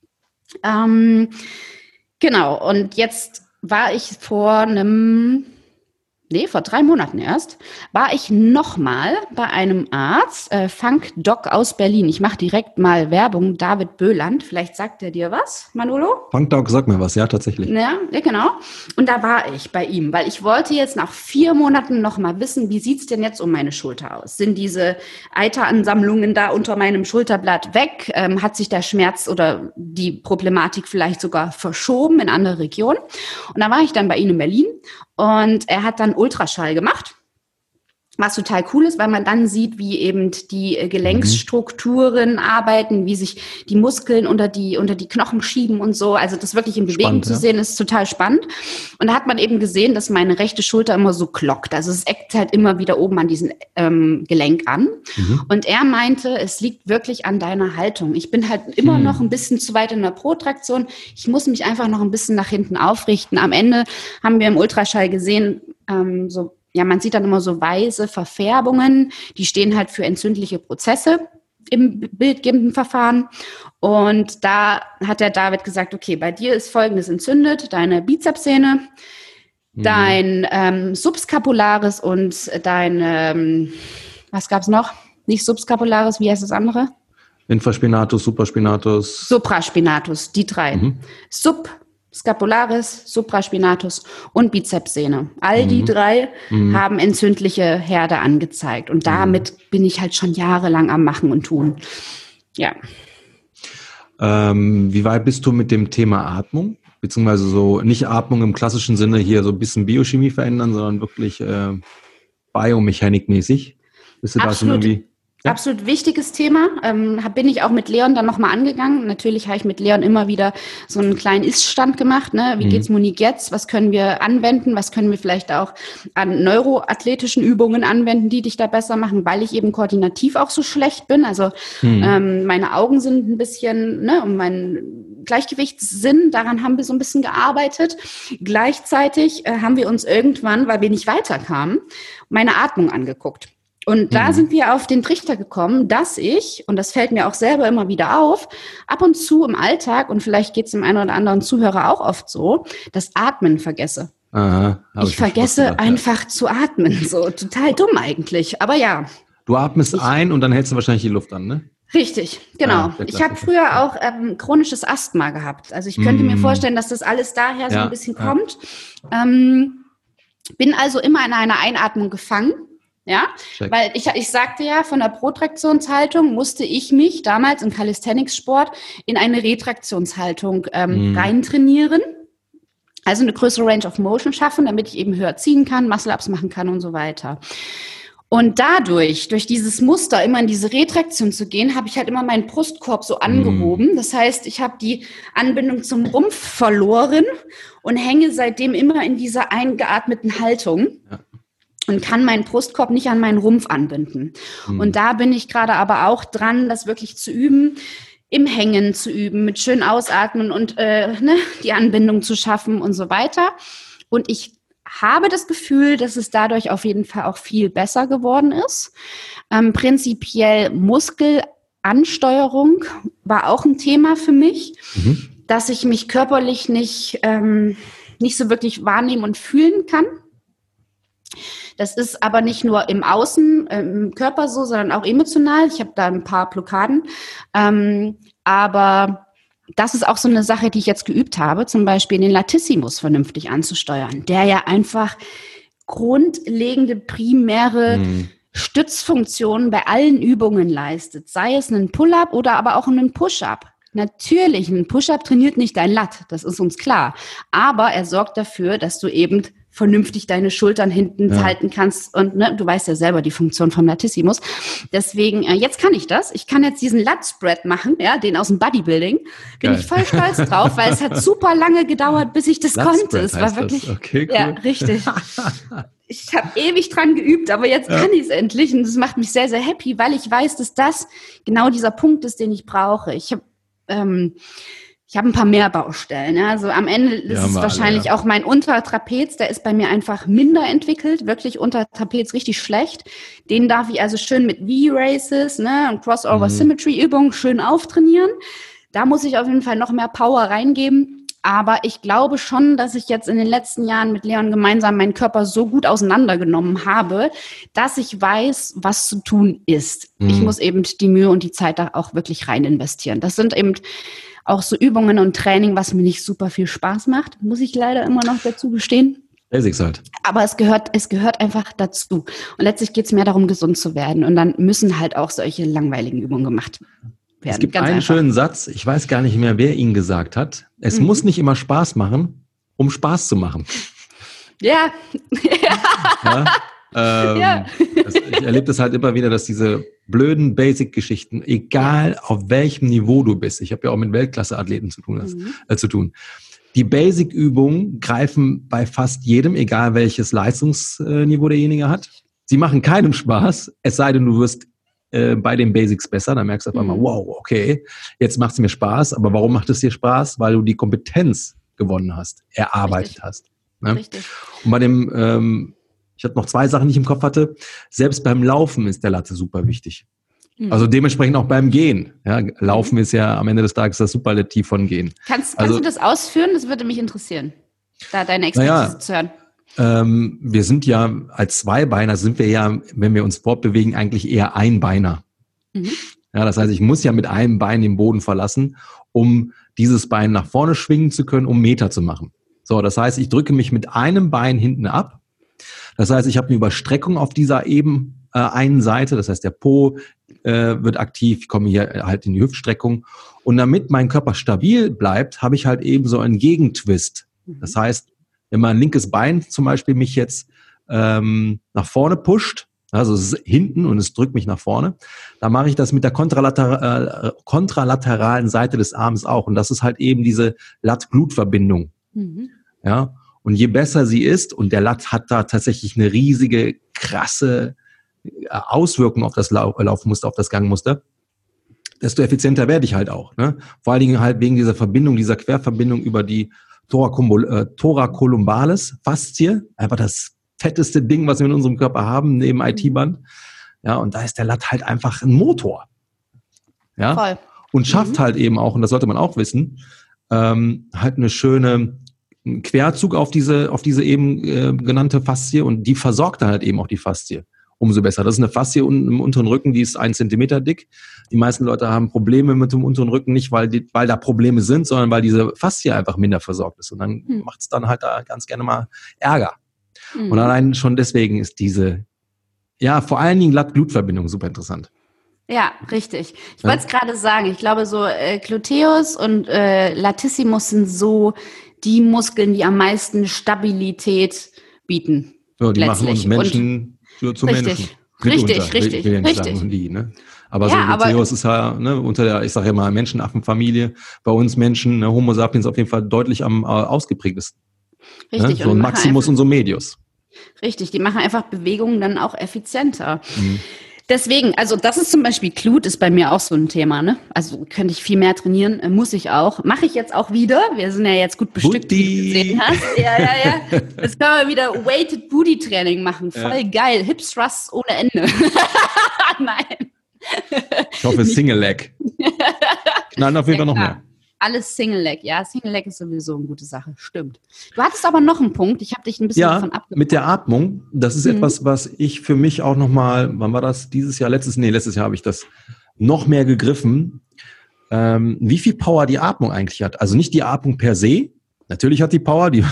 Ähm, genau. Und jetzt war ich vor einem... Nee, vor drei Monaten erst, war ich nochmal bei einem Arzt, äh, Funk Doc aus Berlin. Ich mache direkt mal Werbung, David Böhland. Vielleicht sagt er dir was, Manolo? Funk Doc sagt mir was, ja, tatsächlich. Ja, ja, genau. Und da war ich bei ihm, weil ich wollte jetzt nach vier Monaten nochmal wissen, wie sieht's denn jetzt um meine Schulter aus? Sind diese Eiteransammlungen da unter meinem Schulterblatt weg? Ähm, hat sich der Schmerz oder die Problematik vielleicht sogar verschoben in andere Regionen? Und da war ich dann bei ihm in Berlin. Und er hat dann Ultraschall gemacht, was total cool ist, weil man dann sieht, wie eben die Gelenksstrukturen mhm. arbeiten, wie sich die Muskeln unter die, unter die Knochen schieben und so. Also das wirklich in Bewegung spannend, zu ja. sehen, ist total spannend. Und da hat man eben gesehen, dass meine rechte Schulter immer so klockt. Also es eckt halt immer wieder oben an diesem ähm, Gelenk an. Mhm. Und er meinte, es liegt wirklich an deiner Haltung. Ich bin halt immer mhm. noch ein bisschen zu weit in der Protraktion. Ich muss mich einfach noch ein bisschen nach hinten aufrichten. Am Ende haben wir im Ultraschall gesehen, ähm, so ja, man sieht dann immer so weiße Verfärbungen, die stehen halt für entzündliche Prozesse im bildgebenden Verfahren. Und da hat der David gesagt, okay, bei dir ist Folgendes entzündet, deine Bizepssehne. dein ähm, Subscapularis und dein, ähm, was gab's noch? Nicht Subscapularis, wie heißt das andere? Infraspinatus, Supraspinatus. Supraspinatus, die drei. Mhm. Subscapularis, Supraspinatus und Bizepssehne. All mhm. die drei mhm. haben entzündliche Herde angezeigt. Und damit mhm. bin ich halt schon jahrelang am Machen und Tun. Ja. Ähm, wie weit bist du mit dem Thema Atmung? Beziehungsweise so nicht Atmung im klassischen Sinne hier so ein bisschen Biochemie verändern, sondern wirklich äh, Biomechanik-mäßig. Bist du da schon irgendwie... Ja. Absolut wichtiges Thema. Ähm, bin ich auch mit Leon dann nochmal angegangen. Natürlich habe ich mit Leon immer wieder so einen kleinen Ist-Stand gemacht. Ne? Wie mhm. geht's Monique jetzt? Was können wir anwenden? Was können wir vielleicht auch an neuroathletischen Übungen anwenden, die dich da besser machen, weil ich eben koordinativ auch so schlecht bin. Also mhm. ähm, meine Augen sind ein bisschen, ne, um meinen Gleichgewichtssinn, daran haben wir so ein bisschen gearbeitet. Gleichzeitig äh, haben wir uns irgendwann, weil wir nicht weiterkamen, meine Atmung angeguckt. Und da mhm. sind wir auf den Trichter gekommen, dass ich, und das fällt mir auch selber immer wieder auf, ab und zu im Alltag, und vielleicht geht es dem einen oder anderen Zuhörer auch oft so, das Atmen vergesse. Aha, ich, ich vergesse gedacht, einfach ja. zu atmen. So total dumm eigentlich, aber ja. Du atmest ich, ein und dann hältst du wahrscheinlich die Luft an, ne? Richtig, genau. Ja, ich habe früher auch ähm, chronisches Asthma gehabt. Also ich könnte mm. mir vorstellen, dass das alles daher so ja, ein bisschen ja. kommt. Ähm, bin also immer in einer Einatmung gefangen. Ja, Check. Weil ich, ich sagte ja, von der Protraktionshaltung musste ich mich damals im Calisthenics-Sport in eine Retraktionshaltung ähm, mm. reintrainieren. Also eine größere Range of Motion schaffen, damit ich eben höher ziehen kann, Muscle-Ups machen kann und so weiter. Und dadurch, durch dieses Muster, immer in diese Retraktion zu gehen, habe ich halt immer meinen Brustkorb so angehoben. Mm. Das heißt, ich habe die Anbindung zum Rumpf verloren und hänge seitdem immer in dieser eingeatmeten Haltung. Ja. Und kann meinen Brustkorb nicht an meinen Rumpf anbinden. Mhm. Und da bin ich gerade aber auch dran, das wirklich zu üben, im Hängen zu üben, mit schön ausatmen und äh, ne, die Anbindung zu schaffen und so weiter. Und ich habe das Gefühl, dass es dadurch auf jeden Fall auch viel besser geworden ist. Ähm, prinzipiell Muskelansteuerung war auch ein Thema für mich, mhm. dass ich mich körperlich nicht, ähm, nicht so wirklich wahrnehmen und fühlen kann. Das ist aber nicht nur im Außen, äh, im Körper so, sondern auch emotional. Ich habe da ein paar Blockaden. Ähm, aber das ist auch so eine Sache, die ich jetzt geübt habe, zum Beispiel den Latissimus vernünftig anzusteuern, der ja einfach grundlegende, primäre mhm. Stützfunktionen bei allen Übungen leistet. Sei es ein Pull-up oder aber auch ein Push-up. Natürlich, ein Push-up trainiert nicht dein Lat, das ist uns klar. Aber er sorgt dafür, dass du eben vernünftig deine Schultern hinten ja. halten kannst. Und ne, du weißt ja selber die Funktion vom Latissimus. Deswegen, äh, jetzt kann ich das. Ich kann jetzt diesen Lat-Spread machen, ja, den aus dem Bodybuilding. Bin Geil. ich voll stolz drauf, weil es hat super lange gedauert, bis ich das konnte. Es war wirklich, das. Okay, cool. Ja, richtig. Ich habe ewig dran geübt, aber jetzt ja. kann ich es endlich. Und das macht mich sehr, sehr happy, weil ich weiß, dass das genau dieser Punkt ist, den ich brauche. Ich habe ähm, Ich habe ein paar mehr Baustellen. Ja. Also am Ende ist ja, es wahrscheinlich alle, ja. auch mein Untertrapez, der ist bei mir einfach minder entwickelt, wirklich Untertrapez richtig schlecht. Den darf ich also schön mit V-Races, ne, und Crossover-Symmetry-Übungen schön auftrainieren. Da muss ich auf jeden Fall noch mehr Power reingeben. Aber ich glaube schon, dass ich jetzt in den letzten Jahren mit Leon gemeinsam meinen Körper so gut auseinandergenommen habe, dass ich weiß, was zu tun ist. Mhm. Ich muss eben die Mühe und die Zeit da auch wirklich rein investieren. Das sind eben auch so Übungen und Training, was mir nicht super viel Spaß macht, muss ich leider immer noch dazu gestehen. Basics halt. Aber es gehört, es gehört einfach dazu. Und letztlich geht es mehr darum, gesund zu werden. Und dann müssen halt auch solche langweiligen Übungen gemacht werden. Es gibt Ganz einen einfach. schönen Satz, ich weiß gar nicht mehr, wer ihn gesagt hat. Es mhm. muss nicht immer Spaß machen, um Spaß zu machen. Ja. ja? Ähm, ja. Das, ich erlebe das halt immer wieder, dass diese blöden Basic-Geschichten, egal auf welchem Niveau du bist, ich habe ja auch mit Weltklasse-Athleten zu tun, das, mhm. äh, zu tun. Die Basic-Übungen greifen bei fast jedem, egal welches Leistungsniveau derjenige hat. Sie machen keinem Spaß, es sei denn, du wirst äh, bei den Basics besser, dann merkst du auf einmal, mhm. wow, okay, jetzt macht es mir Spaß, aber warum macht es dir Spaß? Weil du die Kompetenz gewonnen hast, erarbeitet Richtig. hast. Ne? Richtig. Und bei dem ähm, ich hatte noch zwei Sachen, die ich im Kopf hatte. Selbst beim Laufen ist der Latte super wichtig. Mhm. Also dementsprechend auch beim Gehen. Ja, Laufen mhm. ist ja am Ende des Tages das Superlativ von Gehen. Kannst, kannst also, du das ausführen? Das würde mich interessieren, da deine Expertise naja, zu hören. Ähm, wir sind ja als Zweibeiner, sind wir ja, wenn wir uns fortbewegen, eigentlich eher Einbeiner. Mhm. Ja, das heißt, ich muss ja mit einem Bein den Boden verlassen, um dieses Bein nach vorne schwingen zu können, um Meter zu machen. So, das heißt, ich drücke mich mit einem Bein hinten ab. Das heißt, ich habe eine Überstreckung auf dieser eben äh, einen Seite. Das heißt, der Po äh, wird aktiv, ich komme hier halt in die Hüftstreckung. Und damit mein Körper stabil bleibt, habe ich halt eben so einen Gegentwist. Mhm. Das heißt, wenn mein linkes Bein zum Beispiel mich jetzt ähm, nach vorne pusht, also es ist hinten und es drückt mich nach vorne, dann mache ich das mit der kontralater- äh, kontralateralen Seite des Arms auch. Und das ist halt eben diese Lat-Glut-Verbindung. Mhm. Ja, und je besser sie ist, und der Lat hat da tatsächlich eine riesige, krasse Auswirkung auf das Lau- Laufmuster, auf das Gangmuster, desto effizienter werde ich halt auch. Ne? Vor allen Dingen halt wegen dieser Verbindung, dieser Querverbindung über die Thoracolumbalis Faszie, einfach das fetteste Ding, was wir in unserem Körper haben, neben I T-Band. Ja, und da ist der Lat halt einfach ein Motor. Ja, voll. Und schafft mhm. halt eben auch, und das sollte man auch wissen, ähm, halt eine schöne Querzug auf diese, auf diese eben äh, genannte Faszie, und die versorgt dann halt eben auch die Faszie. Umso besser. Das ist eine Faszie unten im unteren Rücken, die ist ein Zentimeter dick. Die meisten Leute haben Probleme mit dem unteren Rücken, nicht weil, die, weil da Probleme sind, sondern weil diese Faszie einfach minder versorgt ist. Und dann hm. macht es dann halt da ganz gerne mal Ärger. Hm. Und allein schon deswegen ist diese, ja, vor allen Dingen Lat-Glut-Verbindung super interessant. Ja, richtig. Ich ja? wollte es gerade sagen, ich glaube so äh, Gluteus und äh, Latissimus sind so die Muskeln, die am meisten Stabilität bieten. Ja, die machen uns Menschen... Und Zu, zu richtig, Menschen. richtig, Mitunter. richtig, ich will ja nicht richtig. sagen, die, ne? Aber ja, so Gluteus ist ja ne, unter der, ich sage ja mal, Menschenaffenfamilie, bei uns Menschen, ne, Homo sapiens auf jeden Fall deutlich am äh, ausgeprägtesten. Richtig. Ne? So ein Maximus einfach, und so ein Medius. Richtig, die machen einfach Bewegungen dann auch effizienter. Mhm. Deswegen, also das ist zum Beispiel Glut, ist bei mir auch so ein Thema, ne? Also könnte ich viel mehr trainieren, äh, muss ich auch. Mache ich jetzt auch wieder. Wir sind ja jetzt gut bestückt, Booty. wie du gesehen hast. Ja, ja, ja. Jetzt können wir wieder Weighted Booty Training machen. Voll ja. geil. Hips Thrusts ohne Ende. Nein. Ich hoffe Single Leg. Knallen auf jeden Fall ja, noch mehr. Alles Single Leg, ja. Single Leg ist sowieso eine gute Sache, stimmt. Du hattest aber noch einen Punkt, ich habe dich ein bisschen ja, davon abgebracht. Mit der Atmung, das ist mhm. etwas, was ich für mich auch nochmal, wann war das, dieses Jahr, letztes, nee, letztes Jahr habe ich das noch mehr gegriffen, ähm, wie viel Power die Atmung eigentlich hat. Also nicht die Atmung per se, natürlich hat die Power, die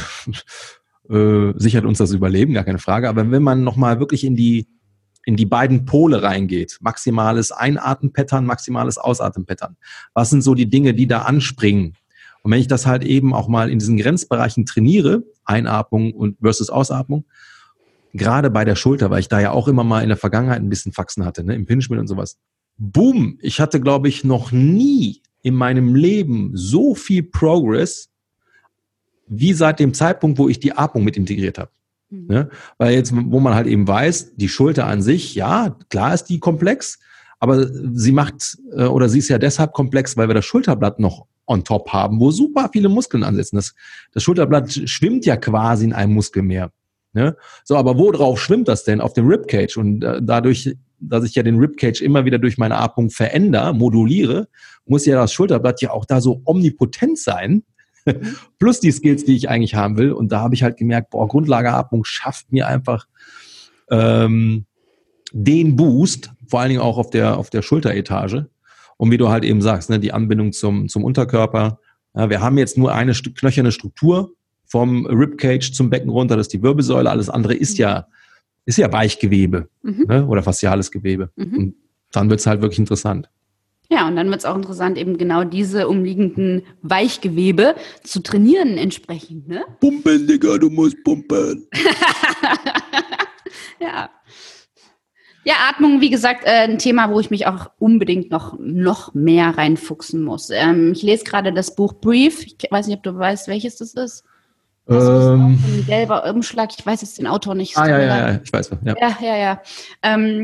äh, sichert uns das Überleben, gar keine Frage, aber wenn man nochmal wirklich in die in die beiden Pole reingeht, maximales Einatmen-Pattern, maximales Ausatmen-Pattern. Was sind so die Dinge, die da anspringen? Und wenn ich das halt eben auch mal in diesen Grenzbereichen trainiere, Einatmung und versus Ausatmung, gerade bei der Schulter, weil ich da ja auch immer mal in der Vergangenheit ein bisschen Faxen hatte, ne, im Pinchmill und sowas. Boom! Ich hatte, glaube ich, noch nie in meinem Leben so viel Progress wie seit dem Zeitpunkt, wo ich die Atmung mit integriert habe. Ne? Weil jetzt, wo man halt eben weiß, die Schulter an sich, ja, klar ist die komplex, aber sie macht, oder sie ist ja deshalb komplex, weil wir das Schulterblatt noch on top haben, wo super viele Muskeln ansetzen. Das, das Schulterblatt schwimmt ja quasi in einem Muskelmeer. Ne? So, aber wo drauf schwimmt das denn? Auf dem Ribcage. Und äh, dadurch, dass ich ja den Ribcage immer wieder durch meine Atmung verändere, moduliere, muss ja das Schulterblatt ja auch da so omnipotent sein, plus die Skills, die ich eigentlich haben will. Und da habe ich halt gemerkt, boah, Grundlageatmung schafft mir einfach ähm, den Boost, vor allen Dingen auch auf der auf der Schulteretage. Und wie du halt eben sagst, ne, die Anbindung zum zum Unterkörper. Ja, wir haben jetzt nur eine st- knöcherne Struktur vom Ribcage zum Becken runter, das ist die Wirbelsäule. Alles andere ist ja ist ja Weichgewebe, mhm. ne, oder fasziales Gewebe. Mhm. Und dann wird's halt wirklich interessant. Ja, und dann wird es auch interessant, eben genau diese umliegenden Weichgewebe zu trainieren entsprechend, ne? Pumpen, Digga, du musst pumpen. ja. Ja, Atmung, wie gesagt, äh, ein Thema, wo ich mich auch unbedingt noch, noch mehr reinfuchsen muss. Ähm, ich lese gerade das Buch Breathe. Ich weiß nicht, ob du weißt, welches das ist. Das ähm, ist ein gelber Umschlag. Ich weiß jetzt den Autor nicht. Ah, ja, ja, ja, ich weiß. Ja, ja, ja. ja. Ähm,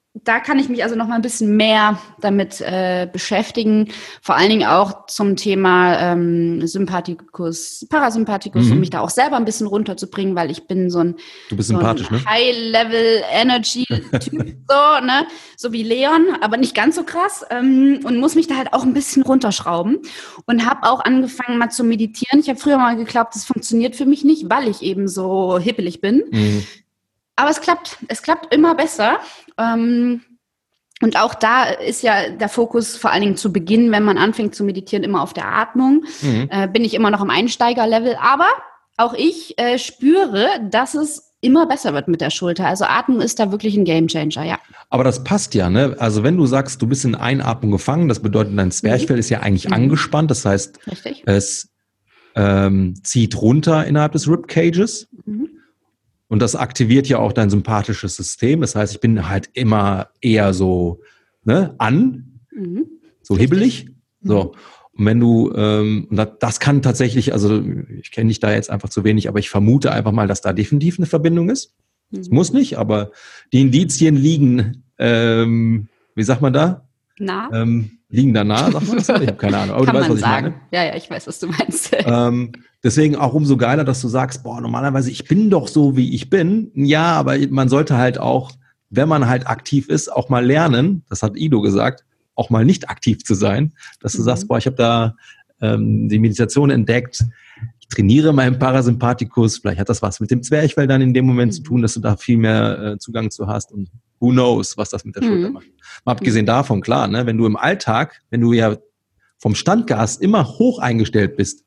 da kann ich mich also noch mal ein bisschen mehr damit äh, beschäftigen, vor allen Dingen auch zum Thema ähm, Sympathikus, Parasympathikus, mhm. um mich da auch selber ein bisschen runterzubringen, weil ich bin so ein, du bist so sympathisch, ein ne? High-Level-Energy-Typ, so, ne? So wie Leon, aber nicht ganz so krass ähm, und muss mich da halt auch ein bisschen runterschrauben und habe auch angefangen mal zu meditieren. Ich habe früher mal geglaubt, das funktioniert für mich nicht, weil ich eben so hippelig bin. Mhm. Aber es klappt, es klappt immer besser. Ähm, und auch da ist ja der Fokus vor allen Dingen zu Beginn, wenn man anfängt zu meditieren, immer auf der Atmung. Mhm. Äh, bin ich immer noch im Einsteigerlevel. Aber auch ich äh, spüre, dass es immer besser wird mit der Schulter. Also Atmung ist da wirklich ein Gamechanger, ja. Aber das passt ja, ne? Also wenn du sagst, du bist in Einatmung gefangen, das bedeutet, dein Zwerchfell mhm. ist ja eigentlich mhm. angespannt. Das heißt, Richtig. es ähm, zieht runter innerhalb des Ribcages. Mhm. Und das aktiviert ja auch dein sympathisches System. Das heißt, ich bin halt immer eher so ne, an, mhm. so Richtig. hibbelig. Mhm. So. Und wenn du, ähm, das kann tatsächlich, also ich kenne dich da jetzt einfach zu wenig, aber ich vermute einfach mal, dass da definitiv eine Verbindung ist. Es mhm. muss nicht, aber die Indizien liegen, ähm, wie sagt man da? Nah. Ähm, liegen da nah, sagt man das? Ich habe keine Ahnung. Aber kann du weißt, man was sagen. Ich meine. Ja, ja, ich weiß, was du meinst. ähm, deswegen auch umso geiler, dass du sagst, boah, normalerweise, ich bin doch so, wie ich bin. Ja, aber man sollte halt auch, wenn man halt aktiv ist, auch mal lernen, das hat Ido gesagt, auch mal nicht aktiv zu sein. Dass du mhm. sagst, boah, ich habe da ähm, die Meditation entdeckt, ich trainiere meinen Parasympathikus, vielleicht hat das was mit dem Zwerchfell dann in dem Moment mhm. zu tun, dass du da viel mehr äh, Zugang zu hast und who knows, was das mit der mhm. Schulter macht. Mal abgesehen mhm. davon, klar, ne, wenn du im Alltag, wenn du ja vom Standgas immer hoch eingestellt bist,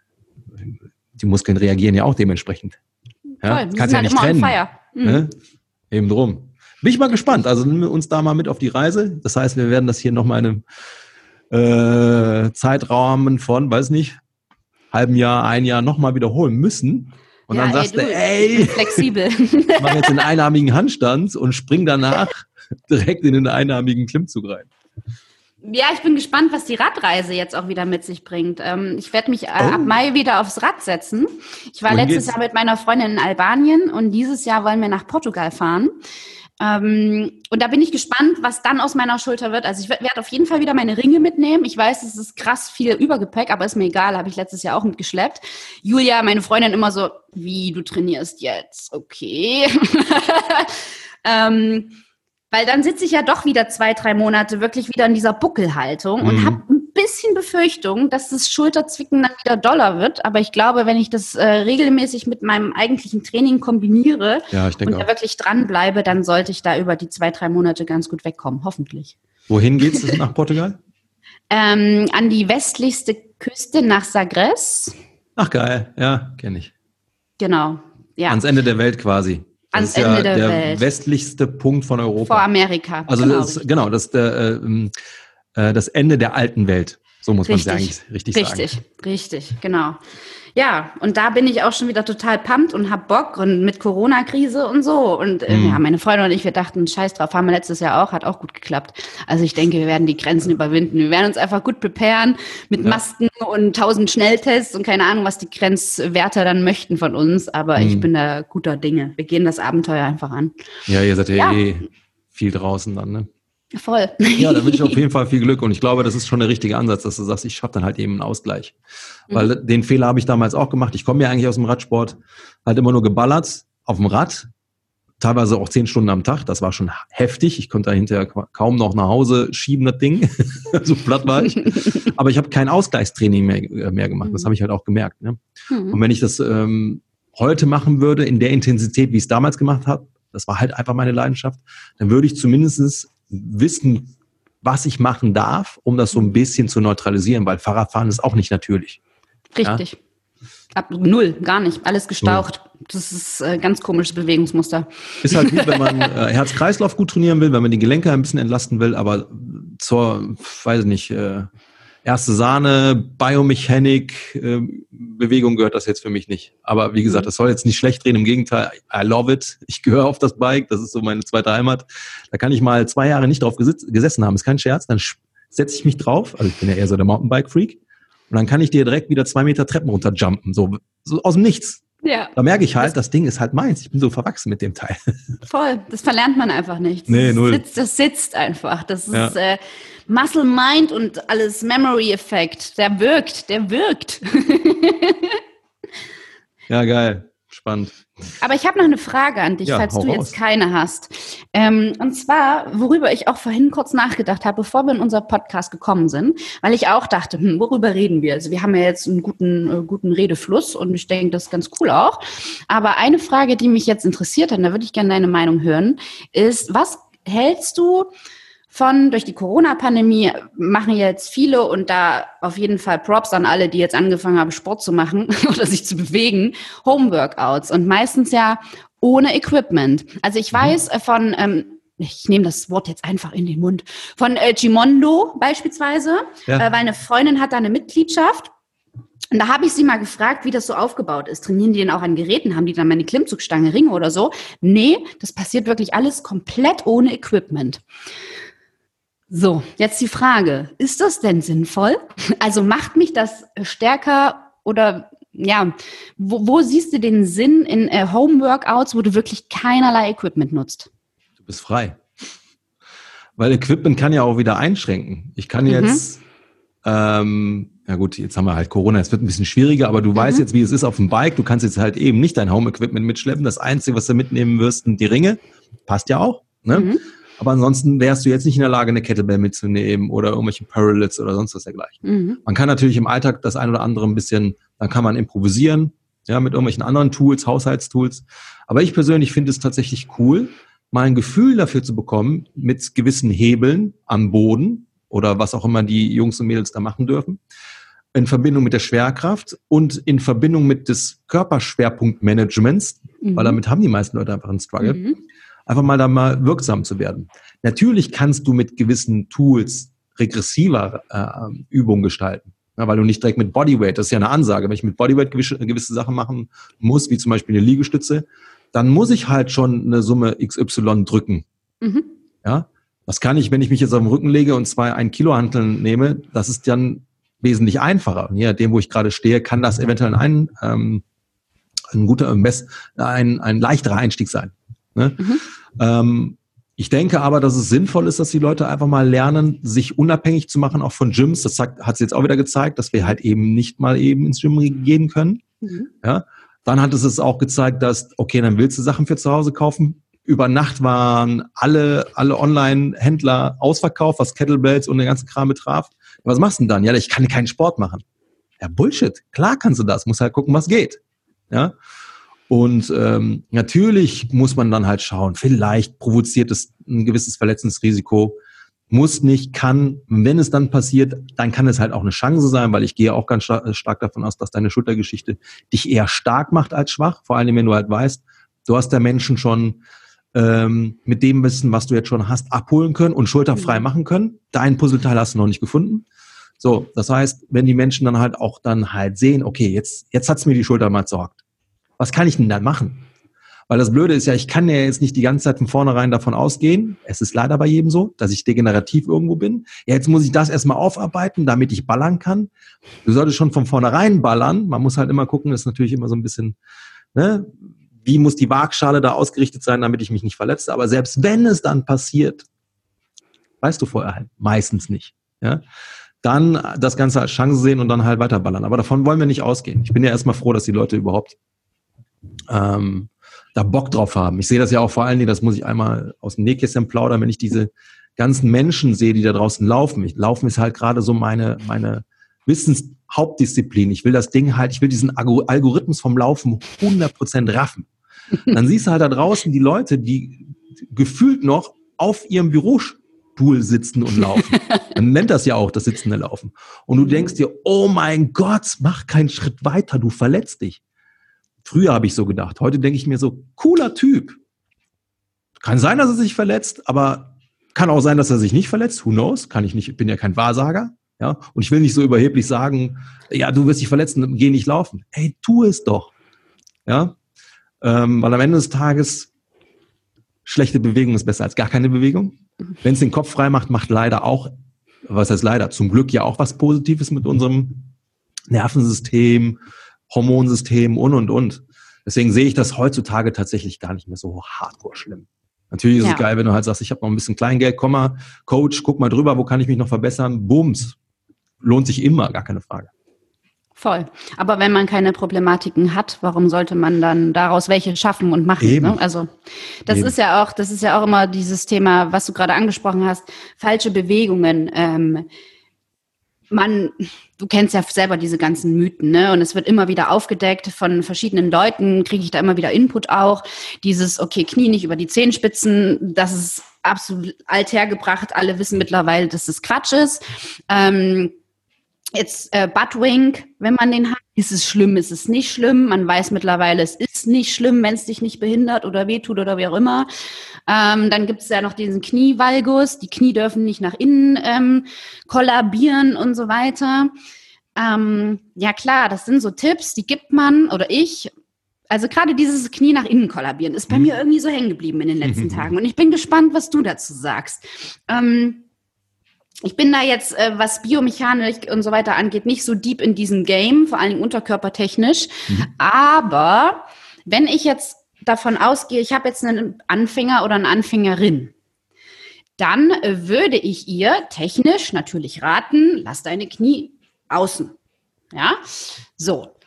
die Muskeln reagieren ja auch dementsprechend. Ja? Voll, kannst ja halt nicht trennen. Mhm. Ne? Eben drum. Bin ich mal gespannt. Also nehmen wir uns da mal mit auf die Reise. Das heißt, wir werden das hier nochmal in einem äh, Zeitrahmen von, weiß nicht, halben Jahr, ein Jahr nochmal wiederholen müssen. Und ja, dann sagst ey, du, ey, flexibel. Ich mache jetzt den einarmigen Handstand und spring danach direkt in den einarmigen Klimmzug rein. Ja, ich bin gespannt, was die Radreise jetzt auch wieder mit sich bringt. Ähm, ich werde mich äh, oh. ab Mai wieder aufs Rad setzen. Ich war Wohin letztes geht's? Jahr mit meiner Freundin in Albanien und dieses Jahr wollen wir nach Portugal fahren. Ähm, und da bin ich gespannt, was dann aus meiner Schulter wird. Also ich werde auf jeden Fall wieder meine Ringe mitnehmen. Ich weiß, es ist krass viel Übergepäck, aber ist mir egal, habe ich letztes Jahr auch mitgeschleppt. Julia, meine Freundin, immer so, wie, du trainierst jetzt? Okay. ähm, Weil dann sitze ich ja doch wieder zwei, drei Monate wirklich wieder in dieser Buckelhaltung mhm. und habe ein bisschen Befürchtung, dass das Schulterzwicken dann wieder doller wird. Aber ich glaube, wenn ich das äh, regelmäßig mit meinem eigentlichen Training kombiniere ja, ich denke und da auch. wirklich dranbleibe, dann sollte ich da über die zwei, drei Monate ganz gut wegkommen, hoffentlich. Wohin geht's nach Portugal? ähm, an die westlichste Küste nach Sagres. Ach geil, ja, kenne ich. Genau, ja. Ans Ende der Welt quasi. Das Ans ist Ende ja der, der Welt. westlichste Punkt von Europa. Vor Amerika. Also genau, das ist, genau, das ist der, äh, äh, das Ende der alten Welt. So muss man es ja eigentlich richtig, richtig sagen. Richtig, richtig, genau. Ja, und da bin ich auch schon wieder total pumped und hab Bock und mit Corona-Krise und so. Und äh, mm. ja, meine Freundin und ich, wir dachten, scheiß drauf, haben wir letztes Jahr auch, hat auch gut geklappt. Also ich denke, wir werden die Grenzen überwinden. Wir werden uns einfach gut preparen mit ja. Masken und tausend Schnelltests und keine Ahnung, was die Grenzwärter dann möchten von uns. Aber mm. ich bin da guter Dinge. Wir gehen das Abenteuer einfach an. Ja, ihr seid ja, ja. eh viel draußen dann, ne? Voll. Ja, da wünsche ich auf jeden Fall viel Glück und ich glaube, das ist schon der richtige Ansatz, dass du sagst, ich schaffe dann halt eben einen Ausgleich. Mhm. Weil den Fehler habe ich damals auch gemacht. Ich komme ja eigentlich aus dem Radsport, halt immer nur geballert auf dem Rad, teilweise auch zehn Stunden am Tag. Das war schon heftig. Ich konnte da hinterher kaum noch nach Hause schieben, das Ding. So platt war ich. Aber ich habe kein Ausgleichstraining mehr, mehr gemacht. Das habe ich halt auch gemerkt. Ne? Mhm. Und wenn ich das ähm, heute machen würde, in der Intensität, wie ich es damals gemacht habe, das war halt einfach meine Leidenschaft, dann würde ich zumindest wissen, was ich machen darf, um das so ein bisschen zu neutralisieren, weil Fahrradfahren ist auch nicht natürlich. Richtig. Ja? Ab null, gar nicht. Alles gestaucht. Null. Das ist ein ganz komisches Bewegungsmuster. Ist halt gut, wenn man äh, Herz-Kreislauf gut trainieren will, wenn man die Gelenke ein bisschen entlasten will, aber zur, weiß ich nicht, äh, erste Sahne, Biomechanik, äh, Bewegung gehört das jetzt für mich nicht. Aber wie gesagt, das soll jetzt nicht schlecht drehen, im Gegenteil, I love it. Ich gehöre auf das Bike, das ist so meine zweite Heimat. Da kann ich mal zwei Jahre nicht drauf gesitz, gesessen haben, ist kein Scherz. Dann setze ich mich drauf, also ich bin ja eher so der Mountainbike-Freak, und dann kann ich dir direkt wieder zwei Meter Treppen runterjumpen, so, so aus dem Nichts. Ja. Da merke ich halt, das, das Ding ist halt meins. Ich bin so verwachsen mit dem Teil. Voll, das verlernt man einfach nicht. Das nee, null. Sitzt, das sitzt einfach. Das ja. ist äh, Muscle Mind und alles Memory-Effekt. Der wirkt, der wirkt. Ja, geil. Spannend. Aber ich habe noch eine Frage an dich, ja, falls du raus. jetzt keine hast. Ähm, und zwar, worüber ich auch vorhin kurz nachgedacht habe, bevor wir in unser Podcast gekommen sind, weil ich auch dachte, hm, worüber reden wir? Also wir haben ja jetzt einen guten, äh, guten Redefluss und ich denke, das ist ganz cool auch. Aber eine Frage, die mich jetzt interessiert hat, da würde ich gerne deine Meinung hören, ist, was hältst du von, durch die Corona-Pandemie machen jetzt viele und da auf jeden Fall Props an alle, die jetzt angefangen haben, Sport zu machen oder sich zu bewegen, Homeworkouts und meistens ja ohne Equipment. Also ich weiß von, ähm, ich nehme das Wort jetzt einfach in den Mund, von äh, Gimondo beispielsweise, ja. äh, weil eine Freundin hat da eine Mitgliedschaft. Und da habe ich sie mal gefragt, wie das so aufgebaut ist. Trainieren die denn auch an Geräten? Haben die dann mal eine Klimmzugstange, Ringe oder so? Nee, das passiert wirklich alles komplett ohne Equipment. So, jetzt die Frage, ist das denn sinnvoll? Also macht mich das stärker oder ja, wo, wo siehst du den Sinn in äh, Home-Workouts, wo du wirklich keinerlei Equipment nutzt? Du bist frei. Weil Equipment kann ja auch wieder einschränken. Ich kann jetzt, mhm. ähm, ja gut, jetzt haben wir halt Corona, es wird ein bisschen schwieriger, aber du mhm. weißt jetzt, wie es ist auf dem Bike. Du kannst jetzt halt eben nicht dein Home-Equipment mitschleppen. Das Einzige, was du mitnehmen wirst, sind die Ringe. Passt ja auch, ne? Mhm. Aber ansonsten wärst du jetzt nicht in der Lage, eine Kettlebell mitzunehmen oder irgendwelche Parallels oder sonst was dergleichen. Mhm. Man kann natürlich im Alltag das ein oder andere ein bisschen, dann kann man improvisieren, ja, mit irgendwelchen anderen Tools, Haushaltstools. Aber ich persönlich finde es tatsächlich cool, mal ein Gefühl dafür zu bekommen, mit gewissen Hebeln am Boden oder was auch immer die Jungs und Mädels da machen dürfen, in Verbindung mit der Schwerkraft und in Verbindung mit des Körperschwerpunktmanagements, mhm. weil damit haben die meisten Leute einfach einen Struggle, mhm. einfach mal da mal wirksam zu werden. Natürlich kannst du mit gewissen Tools regressiver äh, Übungen gestalten, ja, weil du nicht direkt mit Bodyweight, das ist ja eine Ansage, wenn ich mit Bodyweight gewisse, gewisse Sachen machen muss, wie zum Beispiel eine Liegestütze, dann muss ich halt schon eine Summe X Y drücken. Mhm. Ja, das kann ich, wenn ich mich jetzt auf den Rücken lege und zwei ein Kilo Hanteln nehme, das ist dann wesentlich einfacher. Je nachdem, wo ich gerade stehe, kann das eventuell ein, ähm, ein guter, ein, ein leichterer Einstieg sein. Ne? Mhm. Ähm, ich denke aber, dass es sinnvoll ist, dass die Leute einfach mal lernen, sich unabhängig zu machen, auch von Gyms. Das hat es jetzt auch wieder gezeigt, dass wir halt eben nicht mal eben ins Gym gehen können. Mhm. Ja? Dann hat es es auch gezeigt, dass, okay, dann willst du Sachen für zu Hause kaufen. Über Nacht waren alle, alle Online-Händler ausverkauft, was Kettlebells und den ganzen Kram betraf. Was machst du denn dann? Ja, ich kann keinen Sport machen. Ja, Bullshit. Klar kannst du das. Musst halt gucken, was geht. Ja. Und ähm, natürlich muss man dann halt schauen, vielleicht provoziert es ein gewisses Verletzungsrisiko, muss nicht, kann, wenn es dann passiert, dann kann es halt auch eine Chance sein, weil ich gehe auch ganz stark davon aus, dass deine Schultergeschichte dich eher stark macht als schwach, vor allem wenn du halt weißt, du hast der Menschen schon ähm, mit dem Wissen, was du jetzt schon hast, abholen können und schulterfrei machen können. Dein Puzzleteil hast du noch nicht gefunden. So, das heißt, wenn die Menschen dann halt auch dann halt sehen, okay, jetzt, jetzt hat's mir die Schulter mal zerhockt. Was kann ich denn dann machen? Weil das Blöde ist ja, ich kann ja jetzt nicht die ganze Zeit von vornherein davon ausgehen, es ist leider bei jedem so, dass ich degenerativ irgendwo bin. Ja, jetzt muss ich das erstmal aufarbeiten, damit ich ballern kann. Du solltest schon von vornherein ballern. Man muss halt immer gucken, das ist natürlich immer so ein bisschen, ne, wie muss die Waagschale da ausgerichtet sein, damit ich mich nicht verletze. Aber selbst wenn es dann passiert, weißt du vorher halt meistens nicht. Ja, dann das Ganze als Chance sehen und dann halt weiterballern. Aber davon wollen wir nicht ausgehen. Ich bin ja erstmal froh, dass die Leute überhaupt ähm, da Bock drauf haben. Ich sehe das ja auch vor allen Dingen, das muss ich einmal aus dem Nähkästchen plaudern, wenn ich diese ganzen Menschen sehe, die da draußen laufen. Ich, Laufen ist halt gerade so meine, meine Wissenshauptdisziplin. Ich will das Ding halt, ich will diesen Algorithmus vom Laufen hundert Prozent raffen. Dann siehst du halt da draußen die Leute, die gefühlt noch auf ihrem Bürostuhl sitzen und laufen. Man nennt das ja auch das sitzende Laufen. Und du denkst dir, oh mein Gott, mach keinen Schritt weiter, du verletzt dich. Früher habe ich so gedacht. Heute denke ich mir so, cooler Typ. Kann sein, dass er sich verletzt, aber kann auch sein, dass er sich nicht verletzt. Who knows? Kann ich nicht, ich bin ja kein Wahrsager. Ja? Und ich will nicht so überheblich sagen, ja, du wirst dich verletzen, geh nicht laufen. Hey, tu es doch. Ja? Ähm, weil am Ende des Tages schlechte Bewegung ist besser als gar keine Bewegung. Wenn es den Kopf frei macht, macht leider auch, was heißt leider, zum Glück ja auch was Positives mit unserem Nervensystem, Hormonsystem und, und, und. Deswegen sehe ich das heutzutage tatsächlich gar nicht mehr so hardcore schlimm. Natürlich ist ja. es geil, wenn du halt sagst, ich habe noch ein bisschen Kleingeld, komm mal, Coach, guck mal drüber, wo kann ich mich noch verbessern? Bums. Lohnt sich immer, gar keine Frage. Voll. Aber wenn man keine Problematiken hat, warum sollte man dann daraus welche schaffen und machen? Eben. Ne? Also das Eben. ist ja auch, das ist ja auch immer dieses Thema, was du gerade angesprochen hast, falsche Bewegungen. Ähm, man, du kennst ja selber diese ganzen Mythen, ne? Und es wird immer wieder aufgedeckt von verschiedenen Leuten, kriege ich da immer wieder Input auch. Dieses, okay, Knie nicht über die Zehenspitzen, das ist absolut althergebracht. Alle wissen mittlerweile, dass das Quatsch ist. Ähm, Jetzt äh, Buttwink, wenn man den hat, ist es schlimm, ist es nicht schlimm. Man weiß mittlerweile, es ist nicht schlimm, wenn es dich nicht behindert oder wehtut oder wie auch immer. Ähm, dann gibt es ja noch diesen Knievalgus. Die Knie dürfen nicht nach innen ähm, kollabieren und so weiter. Ähm, ja klar, das sind so Tipps, die gibt man oder ich. Also gerade dieses Knie nach innen kollabieren ist bei hm. mir irgendwie so hängen geblieben in den letzten Tagen. Und ich bin gespannt, was du dazu sagst. Ähm, Ich bin da jetzt, äh, was Biomechanik und so weiter angeht, nicht so deep in diesem Game, vor allem unterkörpertechnisch. Mhm. Aber wenn ich jetzt davon ausgehe, ich habe jetzt einen Anfänger oder eine Anfängerin, dann äh, würde ich ihr technisch natürlich raten, lass deine Knie außen. Ja, so.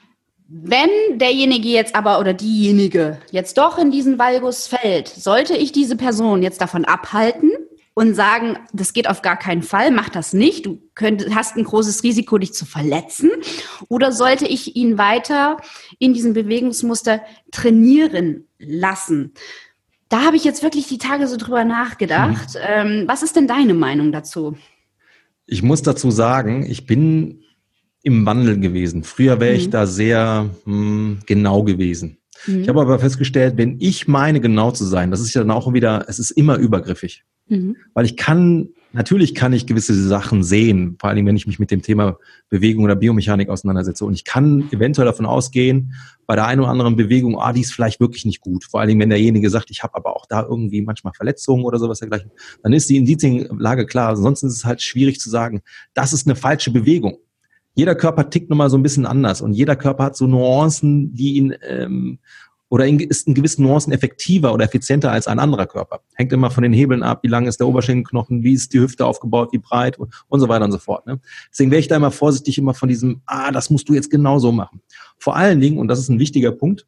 Wenn derjenige jetzt aber oder diejenige jetzt doch in diesen Valgus fällt, sollte ich diese Person jetzt davon abhalten und sagen, das geht auf gar keinen Fall, mach das nicht, du könnt, hast ein großes Risiko, dich zu verletzen? Oder sollte ich ihn weiter in diesem Bewegungsmuster trainieren lassen? Da habe ich jetzt wirklich die Tage so drüber nachgedacht. Mhm. Ähm, was ist denn deine Meinung dazu? Ich muss dazu sagen, ich bin im Wandel gewesen. Früher wäre mhm. ich da sehr hm, genau gewesen. Mhm. Ich habe aber festgestellt, wenn ich meine, genau zu sein, das ist ja dann auch wieder, es ist immer übergriffig. Mhm. Weil ich kann, natürlich kann ich gewisse Sachen sehen, vor allem wenn ich mich mit dem Thema Bewegung oder Biomechanik auseinandersetze. Und ich kann eventuell davon ausgehen, bei der einen oder anderen Bewegung, ah, die ist vielleicht wirklich nicht gut. Vor allem, wenn derjenige sagt, ich habe aber auch da irgendwie manchmal Verletzungen oder sowas dergleichen, dann ist die Indizien-Lage klar. Ansonsten ist es halt schwierig zu sagen, das ist eine falsche Bewegung. Jeder Körper tickt nun mal so ein bisschen anders und jeder Körper hat so Nuancen, die ihn ähm, oder ist in gewissen Nuancen effektiver oder effizienter als ein anderer Körper. Hängt immer von den Hebeln ab, wie lang ist der Oberschenkelknochen, wie ist die Hüfte aufgebaut, wie breit und, und so weiter und so fort. Ne? Deswegen wäre ich da immer vorsichtig immer von diesem, ah, das musst du jetzt genau so machen. Vor allen Dingen, und das ist ein wichtiger Punkt,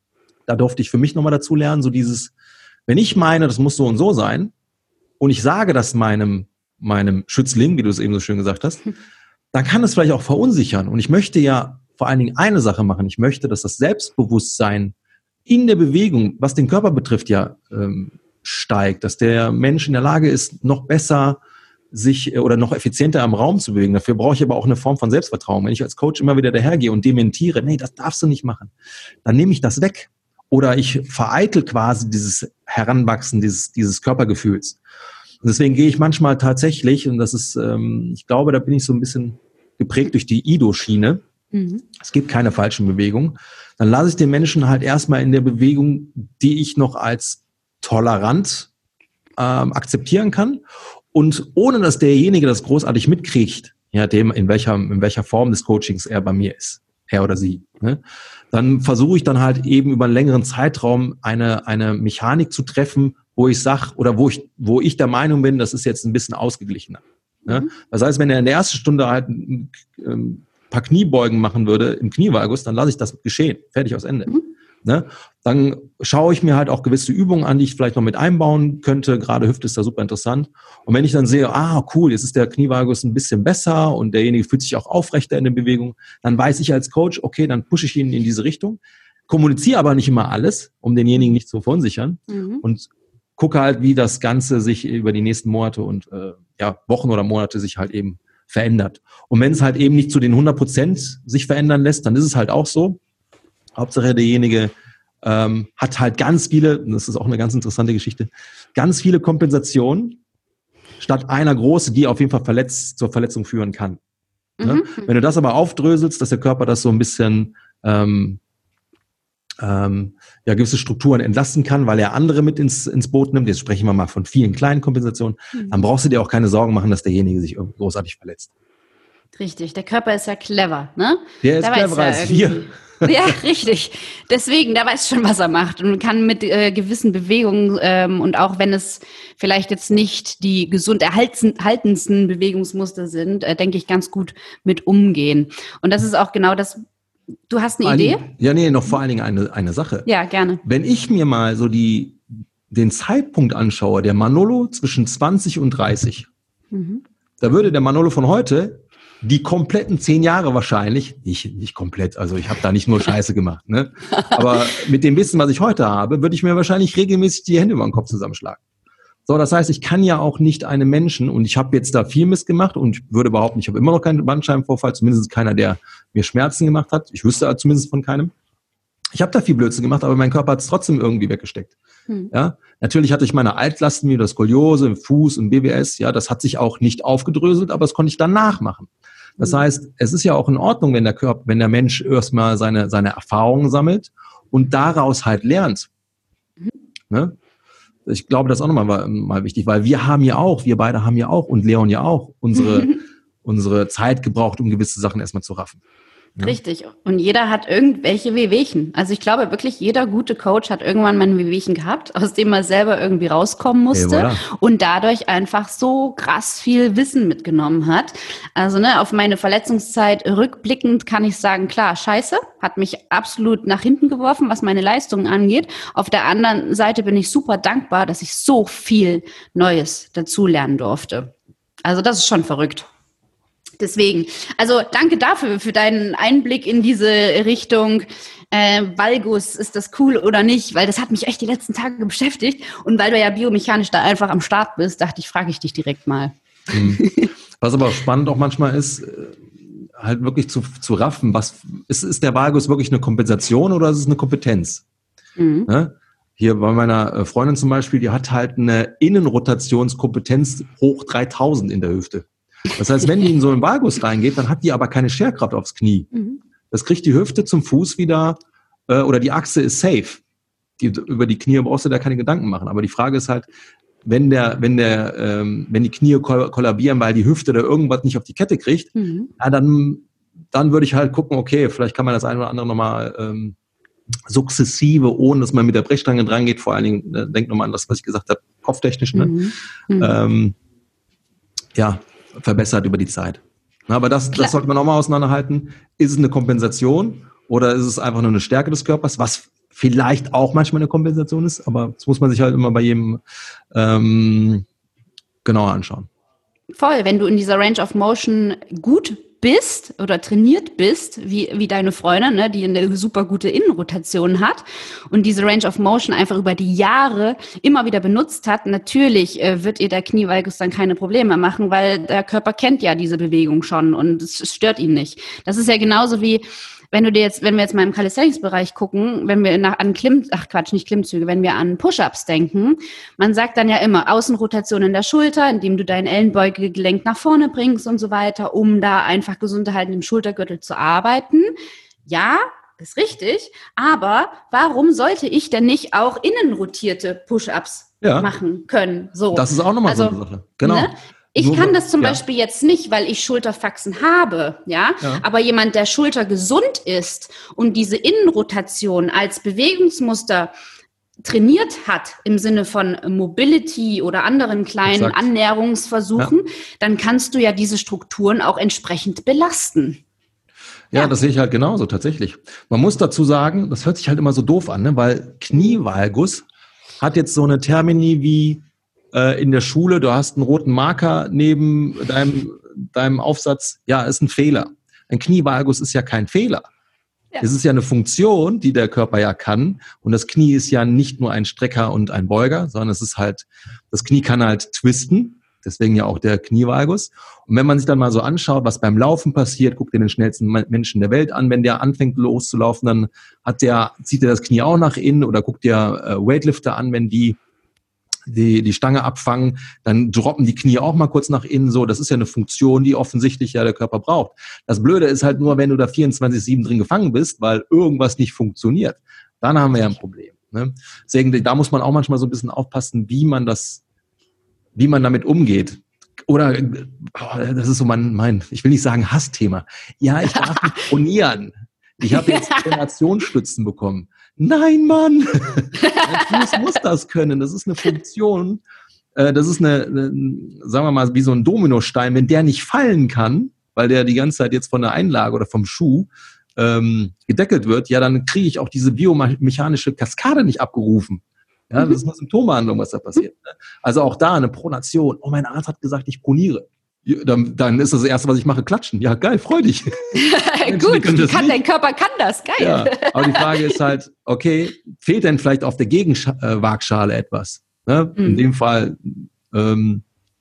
da durfte ich für mich nochmal dazu lernen, so dieses, wenn ich meine, das muss so und so sein und ich sage das meinem, meinem Schützling, wie du es eben so schön gesagt hast, dann kann es vielleicht auch verunsichern. Und ich möchte ja vor allen Dingen eine Sache machen. Ich möchte, dass das Selbstbewusstsein in der Bewegung, was den Körper betrifft, ja ähm, steigt, dass der Mensch in der Lage ist, noch besser sich oder noch effizienter im Raum zu bewegen. Dafür brauche ich aber auch eine Form von Selbstvertrauen. Wenn ich als Coach immer wieder dahergehe und dementiere, nee, das darfst du nicht machen, dann nehme ich das weg. Oder ich vereitel quasi dieses Heranwachsen dieses, dieses Körpergefühls. Und deswegen gehe ich manchmal tatsächlich, und das ist, ähm, ich glaube, da bin ich so ein bisschen geprägt durch die Ido-Schiene. Mhm. Es gibt keine falschen Bewegungen. Dann lasse ich den Menschen halt erstmal in der Bewegung, die ich noch als tolerant ähm, akzeptieren kann. Und ohne, dass derjenige das großartig mitkriegt, ja, dem, in welcher, in welcher Form des Coachings er bei mir ist, er oder sie, ne? Dann versuche ich dann halt eben über einen längeren Zeitraum eine, eine Mechanik zu treffen, wo ich sage, oder wo ich, wo ich der Meinung bin, das ist jetzt ein bisschen ausgeglichener. Ne? Mhm. Das heißt, wenn er in der ersten Stunde halt ein, ein paar Kniebeugen machen würde im Knievalgus, dann lasse ich das geschehen. Fertig, aus Ende. Mhm. Ne? Dann schaue ich mir halt auch gewisse Übungen an, die ich vielleicht noch mit einbauen könnte. Gerade Hüfte ist da super interessant. Und wenn ich dann sehe, ah, cool, jetzt ist der Knievalgus ein bisschen besser und derjenige fühlt sich auch aufrechter in der Bewegung, dann weiß ich als Coach, okay, dann pushe ich ihn in diese Richtung. Kommuniziere aber nicht immer alles, um denjenigen nicht zu verunsichern. Mhm. Und gucke halt, wie das Ganze sich über die nächsten Monate und äh, ja, Wochen oder Monate sich halt eben verändert. Und wenn es halt eben nicht zu den hundert Prozent sich verändern lässt, dann ist es halt auch so. Hauptsache derjenige ähm, hat halt ganz viele, das ist auch eine ganz interessante Geschichte, ganz viele Kompensationen statt einer große, die auf jeden Fall verletzt, zur Verletzung führen kann. Mhm. Ne? Wenn du das aber aufdröselst, dass der Körper das so ein bisschen ähm, ähm, ja, gewisse Strukturen entlasten kann, weil er andere mit ins, ins Boot nimmt, jetzt sprechen wir mal von vielen kleinen Kompensationen, mhm. dann brauchst du dir auch keine Sorgen machen, dass derjenige sich irgendwie großartig verletzt. Richtig, der Körper ist ja clever, ne? Der ist cleverer als wir. Ja, richtig. Deswegen, der weiß schon, was er macht und kann mit äh, gewissen Bewegungen ähm, und auch wenn es vielleicht jetzt nicht die gesund erhaltensten Bewegungsmuster sind, äh, denke ich, ganz gut mit umgehen. Und das ist auch genau das. Du hast eine Idee? Ja, nee, noch vor allen Dingen eine, eine Sache. Ja, gerne. Wenn ich mir mal so die, den Zeitpunkt anschaue, der Manolo zwischen zwanzig und dreißig, mhm. da würde der Manolo von heute die kompletten zehn Jahre wahrscheinlich, nicht, nicht komplett, also ich habe da nicht nur Scheiße gemacht, ne? Aber mit dem Wissen, was ich heute habe, würde ich mir wahrscheinlich regelmäßig die Hände über den Kopf zusammenschlagen. So, das heißt, ich kann ja auch nicht einem Menschen, und ich habe jetzt da viel Mist gemacht und ich würde behaupten, ich habe immer noch keinen Bandscheibenvorfall, zumindest keiner, der mir Schmerzen gemacht hat. Ich wüsste zumindest von keinem. Ich habe da viel Blödsinn gemacht, aber mein Körper hat es trotzdem irgendwie weggesteckt. Hm. Ja, natürlich hatte ich meine Altlasten wie das Skoliose im Fuß und B W S. Ja, das hat sich auch nicht aufgedröselt, aber das konnte ich danach machen. Das hm. heißt, es ist ja auch in Ordnung, wenn der Körper, wenn der Mensch erstmal seine seine Erfahrungen sammelt und daraus halt lernt. Hm. Ne? Ich glaube, das ist auch nochmal mal wichtig, weil wir haben ja auch, wir beide haben ja auch und Leon ja auch unsere unsere Zeit gebraucht, um gewisse Sachen erstmal zu raffen. Ja. Richtig. Und jeder hat irgendwelche Wehwehchen. Also ich glaube wirklich, jeder gute Coach hat irgendwann mal ein Wehwehchen gehabt, aus dem er selber irgendwie rauskommen musste hey, voilà. und dadurch einfach so krass viel Wissen mitgenommen hat. Also ne, auf meine Verletzungszeit rückblickend kann ich sagen, klar, scheiße, hat mich absolut nach hinten geworfen, was meine Leistungen angeht. Auf der anderen Seite bin ich super dankbar, dass ich so viel Neues dazulernen durfte. Also das ist schon verrückt. Deswegen, also danke dafür, für deinen Einblick in diese Richtung, äh, Valgus, ist das cool oder nicht? Weil das hat mich echt die letzten Tage beschäftigt. Und weil du ja biomechanisch da einfach am Start bist, dachte ich, frage ich dich direkt mal. Mhm. Was aber spannend auch manchmal ist, halt wirklich zu, zu raffen, was ist, ist der Valgus wirklich eine Kompensation oder ist es eine Kompetenz? Mhm. Ne? Hier bei meiner Freundin zum Beispiel, die hat halt eine Innenrotationskompetenz hoch dreitausend in der Hüfte. Das heißt, wenn die in so einen Valgus reingeht, dann hat die aber keine Scherkraft aufs Knie. Mhm. Das kriegt die Hüfte zum Fuß wieder, äh, oder die Achse ist safe. Die, über die Knie brauchst du da keine Gedanken machen. Aber die Frage ist halt, wenn der, wenn der, ähm, wenn die Knie kollabieren, weil die Hüfte da irgendwas nicht auf die Kette kriegt, mhm. ja, dann, dann würde ich halt gucken, okay, vielleicht kann man das eine oder andere nochmal ähm, sukzessive, ohne dass man mit der Brechstange dran geht, vor allen Dingen, äh, denk nochmal an das, was ich gesagt habe, kopftechnisch, ne? Mhm. Mhm. Ähm, ja, verbessert über die Zeit. Aber das, das sollte man auch mal auseinanderhalten. Ist es eine Kompensation oder ist es einfach nur eine Stärke des Körpers, was vielleicht auch manchmal eine Kompensation ist, aber das muss man sich halt immer bei jedem ähm, genauer anschauen. Voll, wenn du in dieser Range of Motion gut bist oder trainiert bist, wie, wie deine Freundin, ne, die eine super gute Innenrotation hat und diese Range of Motion einfach über die Jahre immer wieder benutzt hat, natürlich äh, wird ihr der Knievalgus dann keine Probleme machen, weil der Körper kennt ja diese Bewegung schon und es stört ihn nicht. Das ist ja genauso wie, wenn du dir jetzt, wenn wir jetzt mal im Calisthenics-Bereich gucken, wenn wir nach, an Klimm, ach Quatsch, nicht Klimmzüge, wenn wir an Push-Ups denken, man sagt dann ja immer Außenrotation in der Schulter, indem du dein Ellenbeugegelenk nach vorne bringst und so weiter, um da einfach gesund erhalten im Schultergürtel zu arbeiten. Ja, ist richtig, aber warum sollte ich denn nicht auch innenrotierte Push-Ups ja. machen können? So. Das ist auch nochmal also, so eine Sache. Genau. Ne? Ich kann das zum ja. Beispiel jetzt nicht, weil ich Schulterfaxen habe, ja? ja. Aber jemand, der schultergesund ist und diese Innenrotation als Bewegungsmuster trainiert hat, im Sinne von Mobility oder anderen kleinen Exakt. Annäherungsversuchen, ja. dann kannst du ja diese Strukturen auch entsprechend belasten. Ja, ja, das sehe ich halt genauso, tatsächlich. Man muss dazu sagen, das hört sich halt immer so doof an, ne? Weil Knievalgus hat jetzt so eine Termini wie in der Schule, du hast einen roten Marker neben deinem, deinem Aufsatz, ja, ist ein Fehler. Ein Knievalgus ist ja kein Fehler. Ja. Es ist ja eine Funktion, die der Körper ja kann. Und das Knie ist ja nicht nur ein Strecker und ein Beuger, sondern es ist halt, das Knie kann halt twisten. Deswegen ja auch der Knievalgus. Und wenn man sich dann mal so anschaut, was beim Laufen passiert, guckt dir den schnellsten Menschen der Welt an. Wenn der anfängt loszulaufen, dann hat der, zieht er das Knie auch nach innen oder guckt dir äh, Weightlifter an, wenn die die die Stange abfangen, dann droppen die Knie auch mal kurz nach innen. So, das ist ja eine Funktion, die offensichtlich ja der Körper braucht. Das Blöde ist halt nur, wenn du da vierundzwanzig sieben drin gefangen bist, weil irgendwas nicht funktioniert, dann haben wir ja ein Problem. Ne? Deswegen, da muss man auch manchmal so ein bisschen aufpassen, wie man das, wie man damit umgeht. Oder, oh, das ist so mein, mein, ich will nicht sagen Hassthema. Ja, ich darf nicht trainieren. Ich habe jetzt Pronationsstützen bekommen. Nein, Mann! Mein Fuß muss das können. Das ist eine Funktion. Äh, das ist eine, eine, sagen wir mal, wie so ein Dominostein. Wenn der nicht fallen kann, weil der die ganze Zeit jetzt von der Einlage oder vom Schuh ähm, gedeckelt wird, ja, dann kriege ich auch diese biomechanische Kaskade nicht abgerufen. Ja, das ist eine Symptombehandlung, was da passiert. Ne? Also auch da eine Pronation. Oh, mein Arzt hat gesagt, ich proniere. Dann, dann ist das Erste, was ich mache, klatschen. Ja, geil, freu dich. Gut, kann, dein Körper kann das, geil. Ja, aber die Frage ist halt, okay, fehlt denn vielleicht auf der Gegenwaagschale etwas? Ne? Mhm. In dem Fall ähm,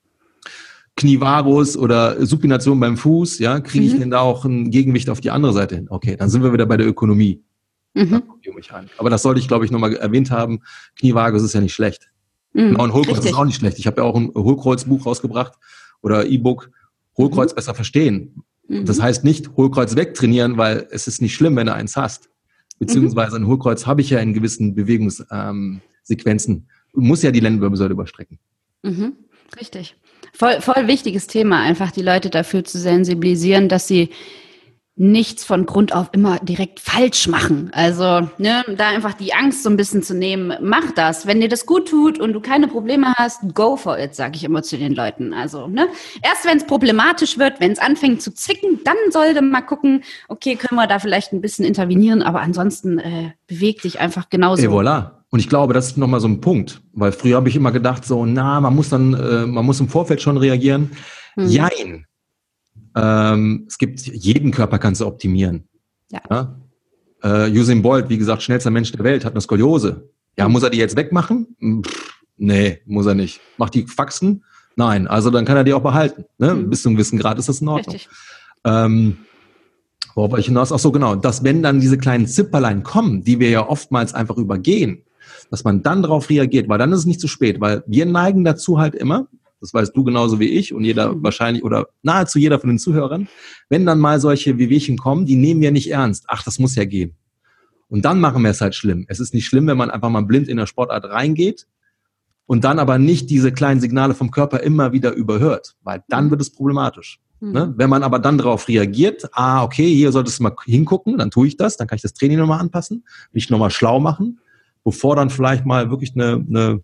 Knievarus oder Supination beim Fuß, ja, kriege ich mhm. denn da auch ein Gegengewicht auf die andere Seite hin? Okay, dann sind wir wieder bei der Ökonomie. Mhm. Aber das sollte ich, glaube ich, nochmal erwähnt haben. Knievagus ist ja nicht schlecht. Mhm. Genau, ein Hohlkreuz ist auch nicht schlecht. Ich habe ja auch ein Hohlkreuzbuch rausgebracht oder E-Book, Hohlkreuz mhm. besser verstehen. Mhm. Das heißt nicht Hohlkreuz wegtrainieren, weil es ist nicht schlimm, wenn du eins hast. Beziehungsweise ein Hohlkreuz habe ich ja in gewissen Bewegungssequenzen. Ähm, muss ja die Lendenwirbelsäule überstrecken. Mhm. Richtig. Voll, voll wichtiges Thema, einfach die Leute dafür zu sensibilisieren, dass sie nichts von Grund auf immer direkt falsch machen. Also ne, da einfach die Angst so ein bisschen zu nehmen, mach das. Wenn dir das gut tut und du keine Probleme hast, go for it, sage ich immer zu den Leuten. Also ne, erst wenn es problematisch wird, wenn es anfängt zu zwicken, dann sollte man mal gucken, okay, können wir da vielleicht ein bisschen intervenieren, aber ansonsten äh, beweg dich einfach genauso. Et voilà. Und ich glaube, das ist nochmal so ein Punkt, weil früher habe ich immer gedacht, so, na, man muss dann, äh, man muss im Vorfeld schon reagieren. Hm. Jein. Ähm, es gibt, jeden Körper kannst du optimieren. Ja. Ja? Äh, Usain Bolt, wie gesagt, schnellster Mensch der Welt, hat eine Skoliose. Ja, muss er die jetzt wegmachen? Pff, nee, muss er nicht. Macht die Faxen? Nein, also dann kann er die auch behalten. Ne? Mhm. Bis zu einem gewissen Grad ist das in Ordnung. Richtig. Ähm, worauf ich hinaus? Ach so, genau. Dass wenn dann diese kleinen Zipperlein kommen, die wir ja oftmals einfach übergehen, dass man dann darauf reagiert, weil dann ist es nicht zu spät, weil wir neigen dazu halt immer, das weißt du genauso wie ich und jeder wahrscheinlich oder nahezu jeder von den Zuhörern, wenn dann mal solche Wehwehchen kommen, die nehmen wir nicht ernst. Ach, das muss ja gehen. Und dann machen wir es halt schlimm. Es ist nicht schlimm, wenn man einfach mal blind in der Sportart reingeht und dann aber nicht diese kleinen Signale vom Körper immer wieder überhört, weil dann wird es problematisch. Mhm. Ne? Wenn man aber dann darauf reagiert, ah, okay, hier solltest du mal hingucken, dann tue ich das, dann kann ich das Training nochmal anpassen, mich nochmal schlau machen, bevor dann vielleicht mal wirklich eine, eine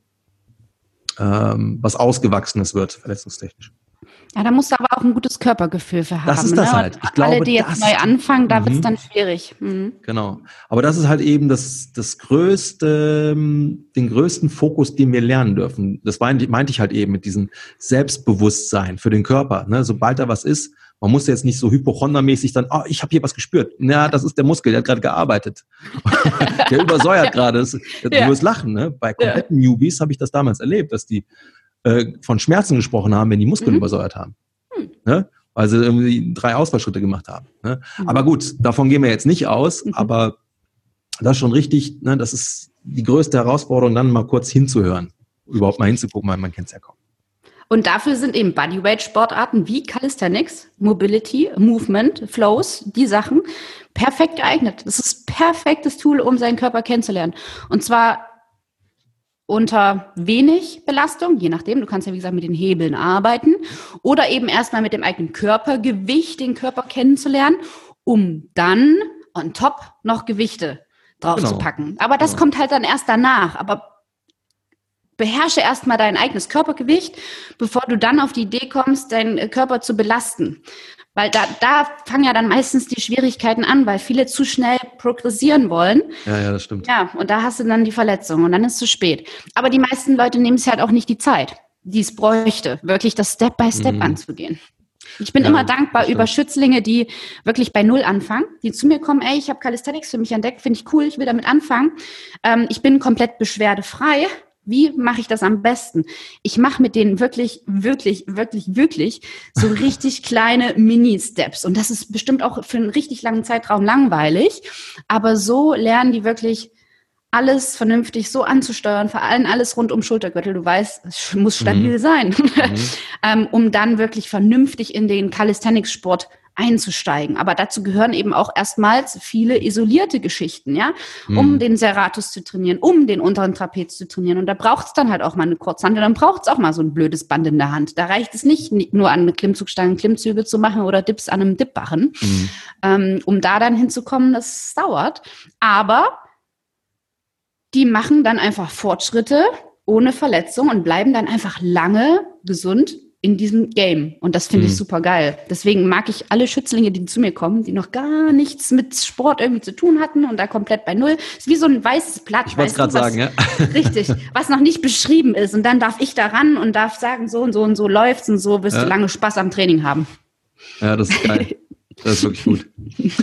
ähm, was Ausgewachsenes wird, verletzungstechnisch. Ja, da musst du aber auch ein gutes Körpergefühl für haben. Das ist das ne? halt. Ich glaube, alle, die jetzt neu anfangen, da wird es dann schwierig. Mhm. Genau. Aber das ist halt eben das, das größte, den größten Fokus, den wir lernen dürfen. Das meinte ich halt eben mit diesem Selbstbewusstsein für den Körper. Ne? Sobald da was ist, man muss jetzt nicht so hypochondermäßig dann, oh, ich habe hier was gespürt. Na, das ist der Muskel, der hat gerade gearbeitet. Der übersäuert gerade. Du ja. wirst lachen. Ne? Bei kompletten ja. Newbies habe ich das damals erlebt, dass die äh, von Schmerzen gesprochen haben, wenn die Muskeln mhm. übersäuert haben. Mhm. Ne? Weil sie irgendwie drei Ausfallschritte gemacht haben. Ne? Mhm. Aber gut, davon gehen wir jetzt nicht aus. Mhm. Aber das ist schon richtig, ne? Das ist die größte Herausforderung, dann mal kurz hinzuhören. Überhaupt mal hinzugucken, weil man kennt es ja kaum. Und dafür sind eben Bodyweight-Sportarten wie Calisthenics, Mobility, Movement, Flows, die Sachen perfekt geeignet. Das ist ein perfektes Tool, um seinen Körper kennenzulernen. Und zwar unter wenig Belastung, je nachdem, du kannst ja wie gesagt mit den Hebeln arbeiten oder eben erstmal mit dem eigenen Körpergewicht den Körper kennenzulernen, um dann on top noch Gewichte drauf genau. zu packen. Aber das genau. kommt halt dann erst danach. Aber beherrsche erstmal dein eigenes Körpergewicht, bevor du dann auf die Idee kommst, deinen Körper zu belasten. Weil da, da fangen ja dann meistens die Schwierigkeiten an, weil viele zu schnell progressieren wollen. Ja, ja, das stimmt. Ja, und da hast du dann die Verletzung und dann ist es zu spät. Aber die meisten Leute nehmen es halt auch nicht die Zeit, die es bräuchte, wirklich das Step by Step mhm. anzugehen. Ich bin ja, immer dankbar über Schützlinge, die wirklich bei Null anfangen, die zu mir kommen, ey, ich habe Calisthenics für mich entdeckt, finde ich cool, ich will damit anfangen. Ähm, ich bin komplett beschwerdefrei. Wie mache ich das am besten? Ich mache mit denen wirklich, wirklich, wirklich, wirklich so richtig kleine Mini-Steps. Und das ist bestimmt auch für einen richtig langen Zeitraum langweilig. Aber so lernen die wirklich alles vernünftig so anzusteuern, vor allem alles rund um Schultergürtel. Du weißt, es muss stabil mhm. sein, mhm. um dann wirklich vernünftig in den Calisthenics-Sport einzusteigen. Aber dazu gehören eben auch erstmals viele isolierte Geschichten, ja, um mhm. den Serratus zu trainieren, um den unteren Trapez zu trainieren. Und da braucht es dann halt auch mal eine Kurzhantel, dann braucht es auch mal so ein blödes Band in der Hand. Da reicht es nicht, nur an Klimmzugstangen Klimmzüge zu machen oder Dips an einem Dipbarren. Mhm. Ähm, um da dann hinzukommen, das dauert. Aber die machen dann einfach Fortschritte ohne Verletzung und bleiben dann einfach lange gesund in diesem Game. Und das finde ich mhm. super geil. Deswegen mag ich alle Schützlinge, die zu mir kommen, die noch gar nichts mit Sport irgendwie zu tun hatten und da komplett bei Null. Ist wie so ein weißes Blatt. Ich wollte es gerade sagen, ja. Richtig. Was noch nicht beschrieben ist. Und dann darf ich da ran und darf sagen, so und so und so läuft's und so wirst ja. du lange Spaß am Training haben. Ja, das ist geil. Das ist wirklich gut.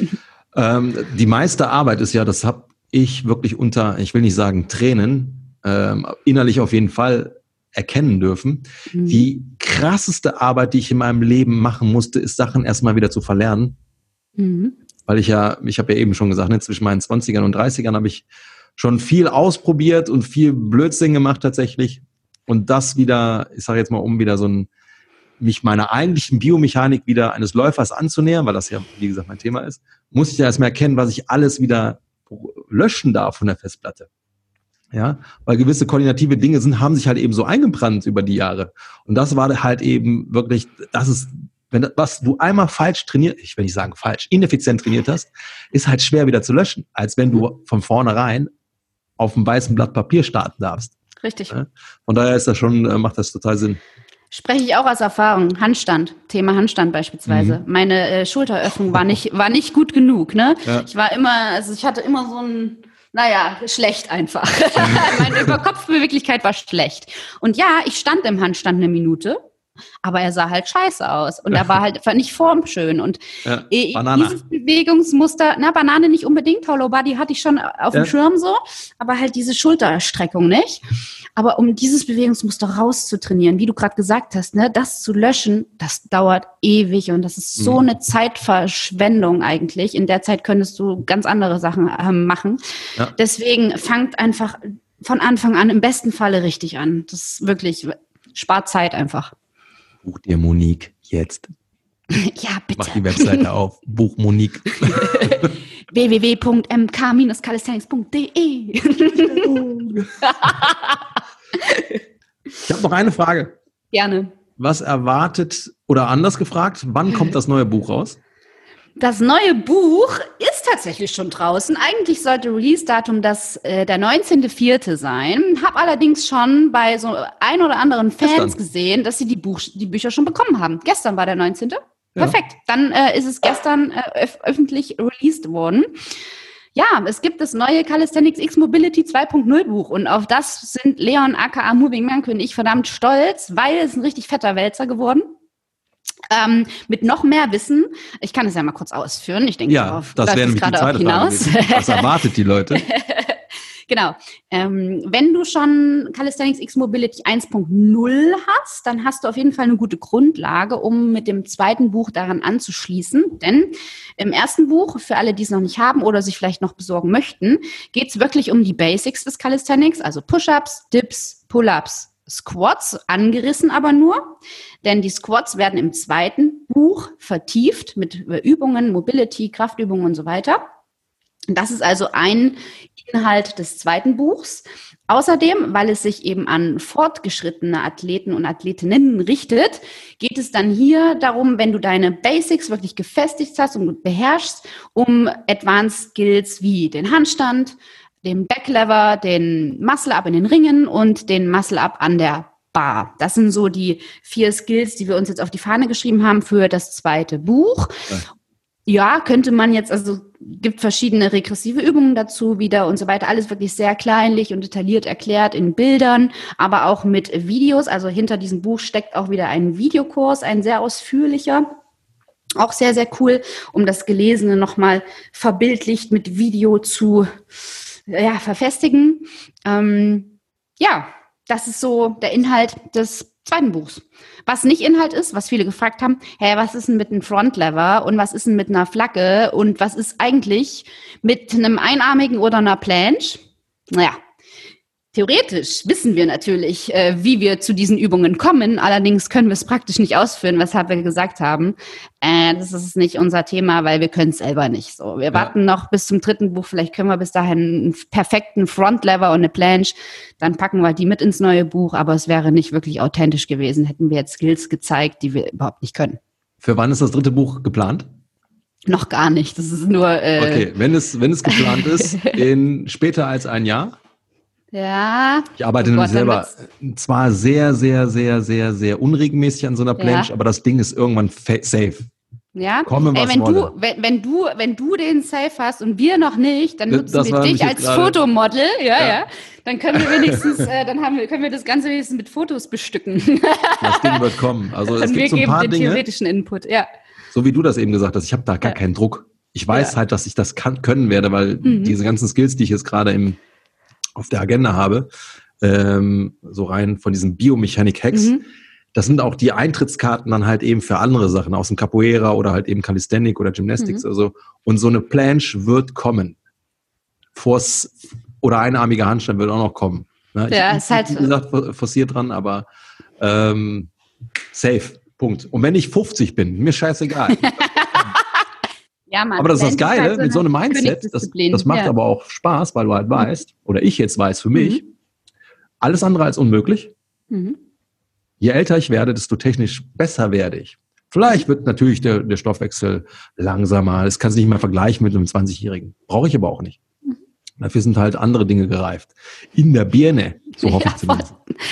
ähm, die meiste Arbeit ist ja, das habe ich wirklich unter, ich will nicht sagen Tränen, ähm, innerlich auf jeden Fall erkennen dürfen. Mhm. Die krasseste Arbeit, die ich in meinem Leben machen musste, ist Sachen erstmal wieder zu verlernen. Mhm. Weil ich ja, ich habe ja eben schon gesagt, ne, zwischen meinen zwanzigern und dreißigern habe ich schon viel ausprobiert und viel Blödsinn gemacht tatsächlich. Und das wieder, ich sage jetzt mal, um wieder so ein, mich meiner eigentlichen Biomechanik wieder eines Läufers anzunähern, weil das ja, wie gesagt, mein Thema ist, muss ich ja erstmal erkennen, was ich alles wieder löschen darf von der Festplatte. Ja, weil gewisse koordinative Dinge sind, haben sich halt eben so eingebrannt über die Jahre. Und das war halt eben wirklich, das ist, wenn das, was du einmal falsch trainiert, ich will nicht sagen falsch, ineffizient trainiert hast, ist halt schwer wieder zu löschen, als wenn du von vornherein auf einem weißen Blatt Papier starten darfst. Richtig. Ja? Von daher ist das schon, macht das total Sinn. Spreche ich auch aus Erfahrung. Handstand, Thema Handstand beispielsweise. Mhm. Meine äh, Schulteröffnung war nicht, war nicht gut genug, ne? Ja. Ich war immer, also ich hatte immer so ein, naja, schlecht einfach. Meine Überkopfbeweglichkeit war schlecht. Und ja, ich stand im Handstand eine Minute, aber er sah halt scheiße aus. Und er war halt nicht formschön. Und ja, äh, dieses Bewegungsmuster, na, Banane nicht unbedingt, Hollow Body hatte ich schon auf dem ja. Schirm so, aber halt diese Schulterstreckung nicht. Aber um dieses Bewegungsmuster rauszutrainieren, wie du gerade gesagt hast, ne, das zu löschen, das dauert ewig und das ist so mhm. eine Zeitverschwendung eigentlich. In der Zeit könntest du ganz andere Sachen äh, machen. Ja. Deswegen fangt einfach von Anfang an im besten Falle richtig an. Das ist wirklich, spart Zeit einfach. Buch dir Monique jetzt. Ja, bitte. Mach die Webseite auf. Buch Monique. w w w punkt m k dash calisthenics punkt d e Ich habe noch eine Frage. Gerne. Was erwartet, oder anders gefragt, wann kommt das neue Buch raus? Das neue Buch ist tatsächlich schon draußen. Eigentlich sollte Release-Datum das äh, der neunzehnter vierte sein. Habe allerdings schon bei so ein oder anderen Fans gestern gesehen, dass sie die, Buch, die Bücher schon bekommen haben. Gestern war der neunzehnte Ja. Perfekt. Dann äh, ist es gestern äh, öf- öffentlich released worden. Ja, es gibt das neue Calisthenics X Mobility zwei Punkt null Buch und auf das sind Leon aka Moving Mank und ich verdammt stolz, weil es ein richtig fetter Wälzer geworden. Ähm, mit noch mehr Wissen. Ich kann es ja mal kurz ausführen. Ich denke, ja, darauf das wäre nämlich die zweite Frage. Was erwartet die Leute? Genau. Ähm, wenn du schon Calisthenics X Mobility eins Punkt null hast, dann hast du auf jeden Fall eine gute Grundlage, um mit dem zweiten Buch daran anzuschließen. Denn im ersten Buch, für alle, die es noch nicht haben oder sich vielleicht noch besorgen möchten, geht es wirklich um die Basics des Calisthenics, also Push-Ups, Dips, Pull-Ups, Squats, angerissen aber nur, denn die Squats werden im zweiten Buch vertieft mit Übungen, Mobility, Kraftübungen und so weiter. Das ist also ein Inhalt des zweiten Buchs. Außerdem, weil es sich eben an fortgeschrittene Athleten und Athletinnen richtet, geht es dann hier darum, wenn du deine Basics wirklich gefestigt hast und beherrschst, um Advanced Skills wie den Handstand, den Backlever, den Muscle-Up in den Ringen und den Muscle-Up an der Bar. Das sind so die vier Skills, die wir uns jetzt auf die Fahne geschrieben haben für das zweite Buch. Ja. Ja, könnte man jetzt, also gibt verschiedene regressive Übungen dazu wieder und so weiter. Alles wirklich sehr kleinlich und detailliert erklärt in Bildern, aber auch mit Videos. Also hinter diesem Buch steckt auch wieder ein Videokurs, ein sehr ausführlicher. Auch sehr, sehr cool, um das Gelesene nochmal verbildlicht mit Video zu ja, verfestigen. Ähm, ja, das ist so der Inhalt des zweiten Buchs. Was nicht Inhalt ist, was viele gefragt haben, hey, was ist denn mit einem Frontlever und was ist denn mit einer Flagge und was ist eigentlich mit einem einarmigen oder einer Planche? Naja, Theoretisch wissen wir natürlich, äh, wie wir zu diesen Übungen kommen. Allerdings können wir es praktisch nicht ausführen, weshalb wir gesagt haben, äh, das ist nicht unser Thema, weil wir können es selber nicht. So, wir ja. warten noch bis zum dritten Buch. Vielleicht können wir bis dahin einen perfekten Frontlever und eine Planche. Dann packen wir die mit ins neue Buch. Aber es wäre nicht wirklich authentisch gewesen. Hätten wir jetzt Skills gezeigt, die wir überhaupt nicht können. Für wann ist das dritte Buch geplant? Noch gar nicht. Das ist nur. Äh okay, wenn es wenn es geplant ist, in später als ein Jahr. Ja. Ich arbeite oh nämlich Gott, selber zwar sehr, sehr, sehr, sehr, sehr unregelmäßig an so einer Planche, ja. aber das Ding ist irgendwann fa- safe. Ja. Komme, Ey, was wenn wolle. du, wenn, wenn du, wenn du den safe hast und wir noch nicht, dann nutzen das wir dich als grade... Fotomodel, ja, ja, ja. Dann können wir wenigstens, äh, dann haben wir, können wir das Ganze wenigstens mit Fotos bestücken. Das Ding wird kommen. Also es und gibt wir so ein geben paar den Dinge, theoretischen Input, ja. So wie du das eben gesagt hast, ich habe da gar ja. keinen Druck. Ich weiß ja. halt, dass ich das kann, können werde, weil mhm. diese ganzen Skills, die ich jetzt gerade im auf der Agenda habe, ähm, so rein von diesen Biomechanik-Hacks, mhm. das sind auch die Eintrittskarten dann halt eben für andere Sachen, aus dem Capoeira oder halt eben Calisthenics oder Gymnastics mhm. oder so. Und so eine Planche wird kommen. Vors, oder einarmige Handstand wird auch noch kommen. Ne? Ja, ich, ist halt, wie gesagt, forciert dran, aber ähm, safe. Punkt. Und wenn ich fünfzig bin, mir scheißegal. Ja, Mann, aber das ist das Geile, halt so mit so einem Mindset, das, das macht ja. aber auch Spaß, weil du halt weißt, oder ich jetzt weiß für mich, mhm. alles andere als unmöglich. Mhm. Je älter ich werde, desto technisch besser werde ich. Vielleicht wird natürlich der, der Stoffwechsel langsamer, das kannst du nicht mehr vergleichen mit einem zwanzigjährigen. Brauche ich aber auch nicht. Mhm. Dafür sind halt andere Dinge gereift. In der Birne, so hoffe ja, ich zumindest.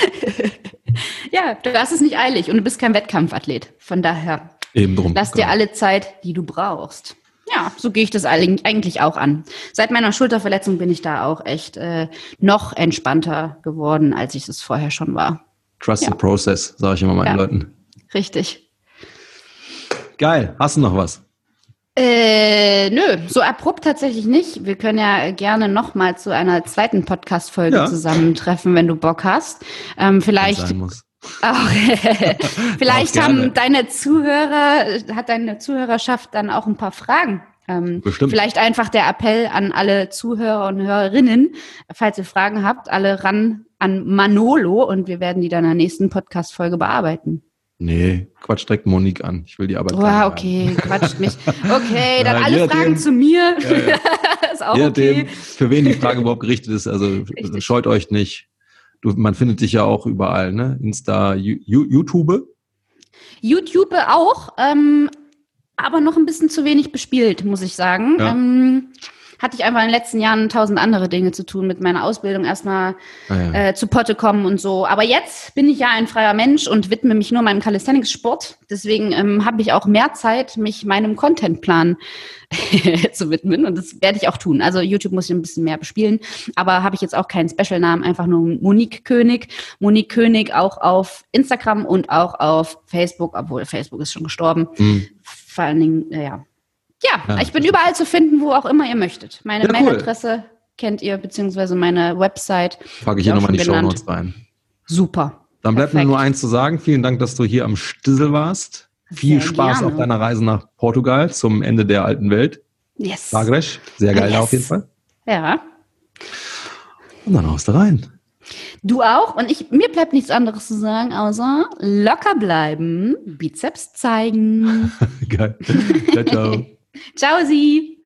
Ja, du hast es nicht eilig und du bist kein Wettkampfathlet. Von daher, eben drum, lass dir alle Zeit, die du brauchst. Ja, so gehe ich das eigentlich auch an. Seit meiner Schulterverletzung bin ich da auch echt äh, noch entspannter geworden, als ich es vorher schon war. Trust ja. the process, sage ich immer meinen ja. Leuten. Richtig. Geil. Hast du noch was? Äh, nö, so abrupt tatsächlich nicht. Wir können ja gerne nochmal zu einer zweiten Podcast-Folge ja. zusammentreffen, wenn du Bock hast. Ähm, vielleicht... Auch, vielleicht haben deine Zuhörer, hat deine Zuhörerschaft dann auch ein paar Fragen. Ähm, Bestimmt. Vielleicht einfach der Appell an alle Zuhörer und Hörerinnen, falls ihr Fragen habt, alle ran an Manolo und wir werden die dann in der nächsten Podcast-Folge bearbeiten. Nee, quatsch direkt Monique an. Ich will die Arbeit. Oh, okay, quatscht mich. Okay, dann Nein, alle Fragen dem, zu mir. Ja, ja. Ist auch je okay. Nachdem, für wen die Frage überhaupt gerichtet ist, also Richtig. Scheut euch nicht. Du, man findet dich ja auch überall, ne? Insta, you, YouTube? YouTube auch, ähm, aber noch ein bisschen zu wenig bespielt, muss ich sagen. Ja. Ähm, hatte ich einfach in den letzten Jahren tausend andere Dinge zu tun, mit meiner Ausbildung erstmal ah, ja. äh, zu Potte kommen und so. Aber jetzt bin ich ja ein freier Mensch und widme mich nur meinem Calisthenics-Sport. Deswegen ähm, habe ich auch mehr Zeit, mich meinem Contentplan zu widmen und das werde ich auch tun. Also YouTube muss ich ein bisschen mehr bespielen, aber habe ich jetzt auch keinen Special-Namen, einfach nur Monique König. Monique König auch auf Instagram und auch auf Facebook, obwohl Facebook ist schon gestorben. Mhm. Vor allen Dingen, äh, ja. Ja, ja, ich bin überall zu finden, wo auch immer ihr möchtet. Meine ja, Mailadresse cool. kennt ihr, beziehungsweise meine Website. Packe ich hier nochmal in die Shownotes rein. Super. Dann bleibt Perfekt. Mir nur eins zu sagen. Vielen Dank, dass du hier am Stissel warst. Viel Sehr Spaß gerne. Auf deiner Reise nach Portugal zum Ende der alten Welt. Yes. Sagres. Sehr geil yes. auf jeden Fall. Ja. Und dann haust du rein. Du auch. Und ich, mir bleibt nichts anderes zu sagen, außer locker bleiben, Bizeps zeigen. Geil. Ciao, ciao. Ciao, Sie.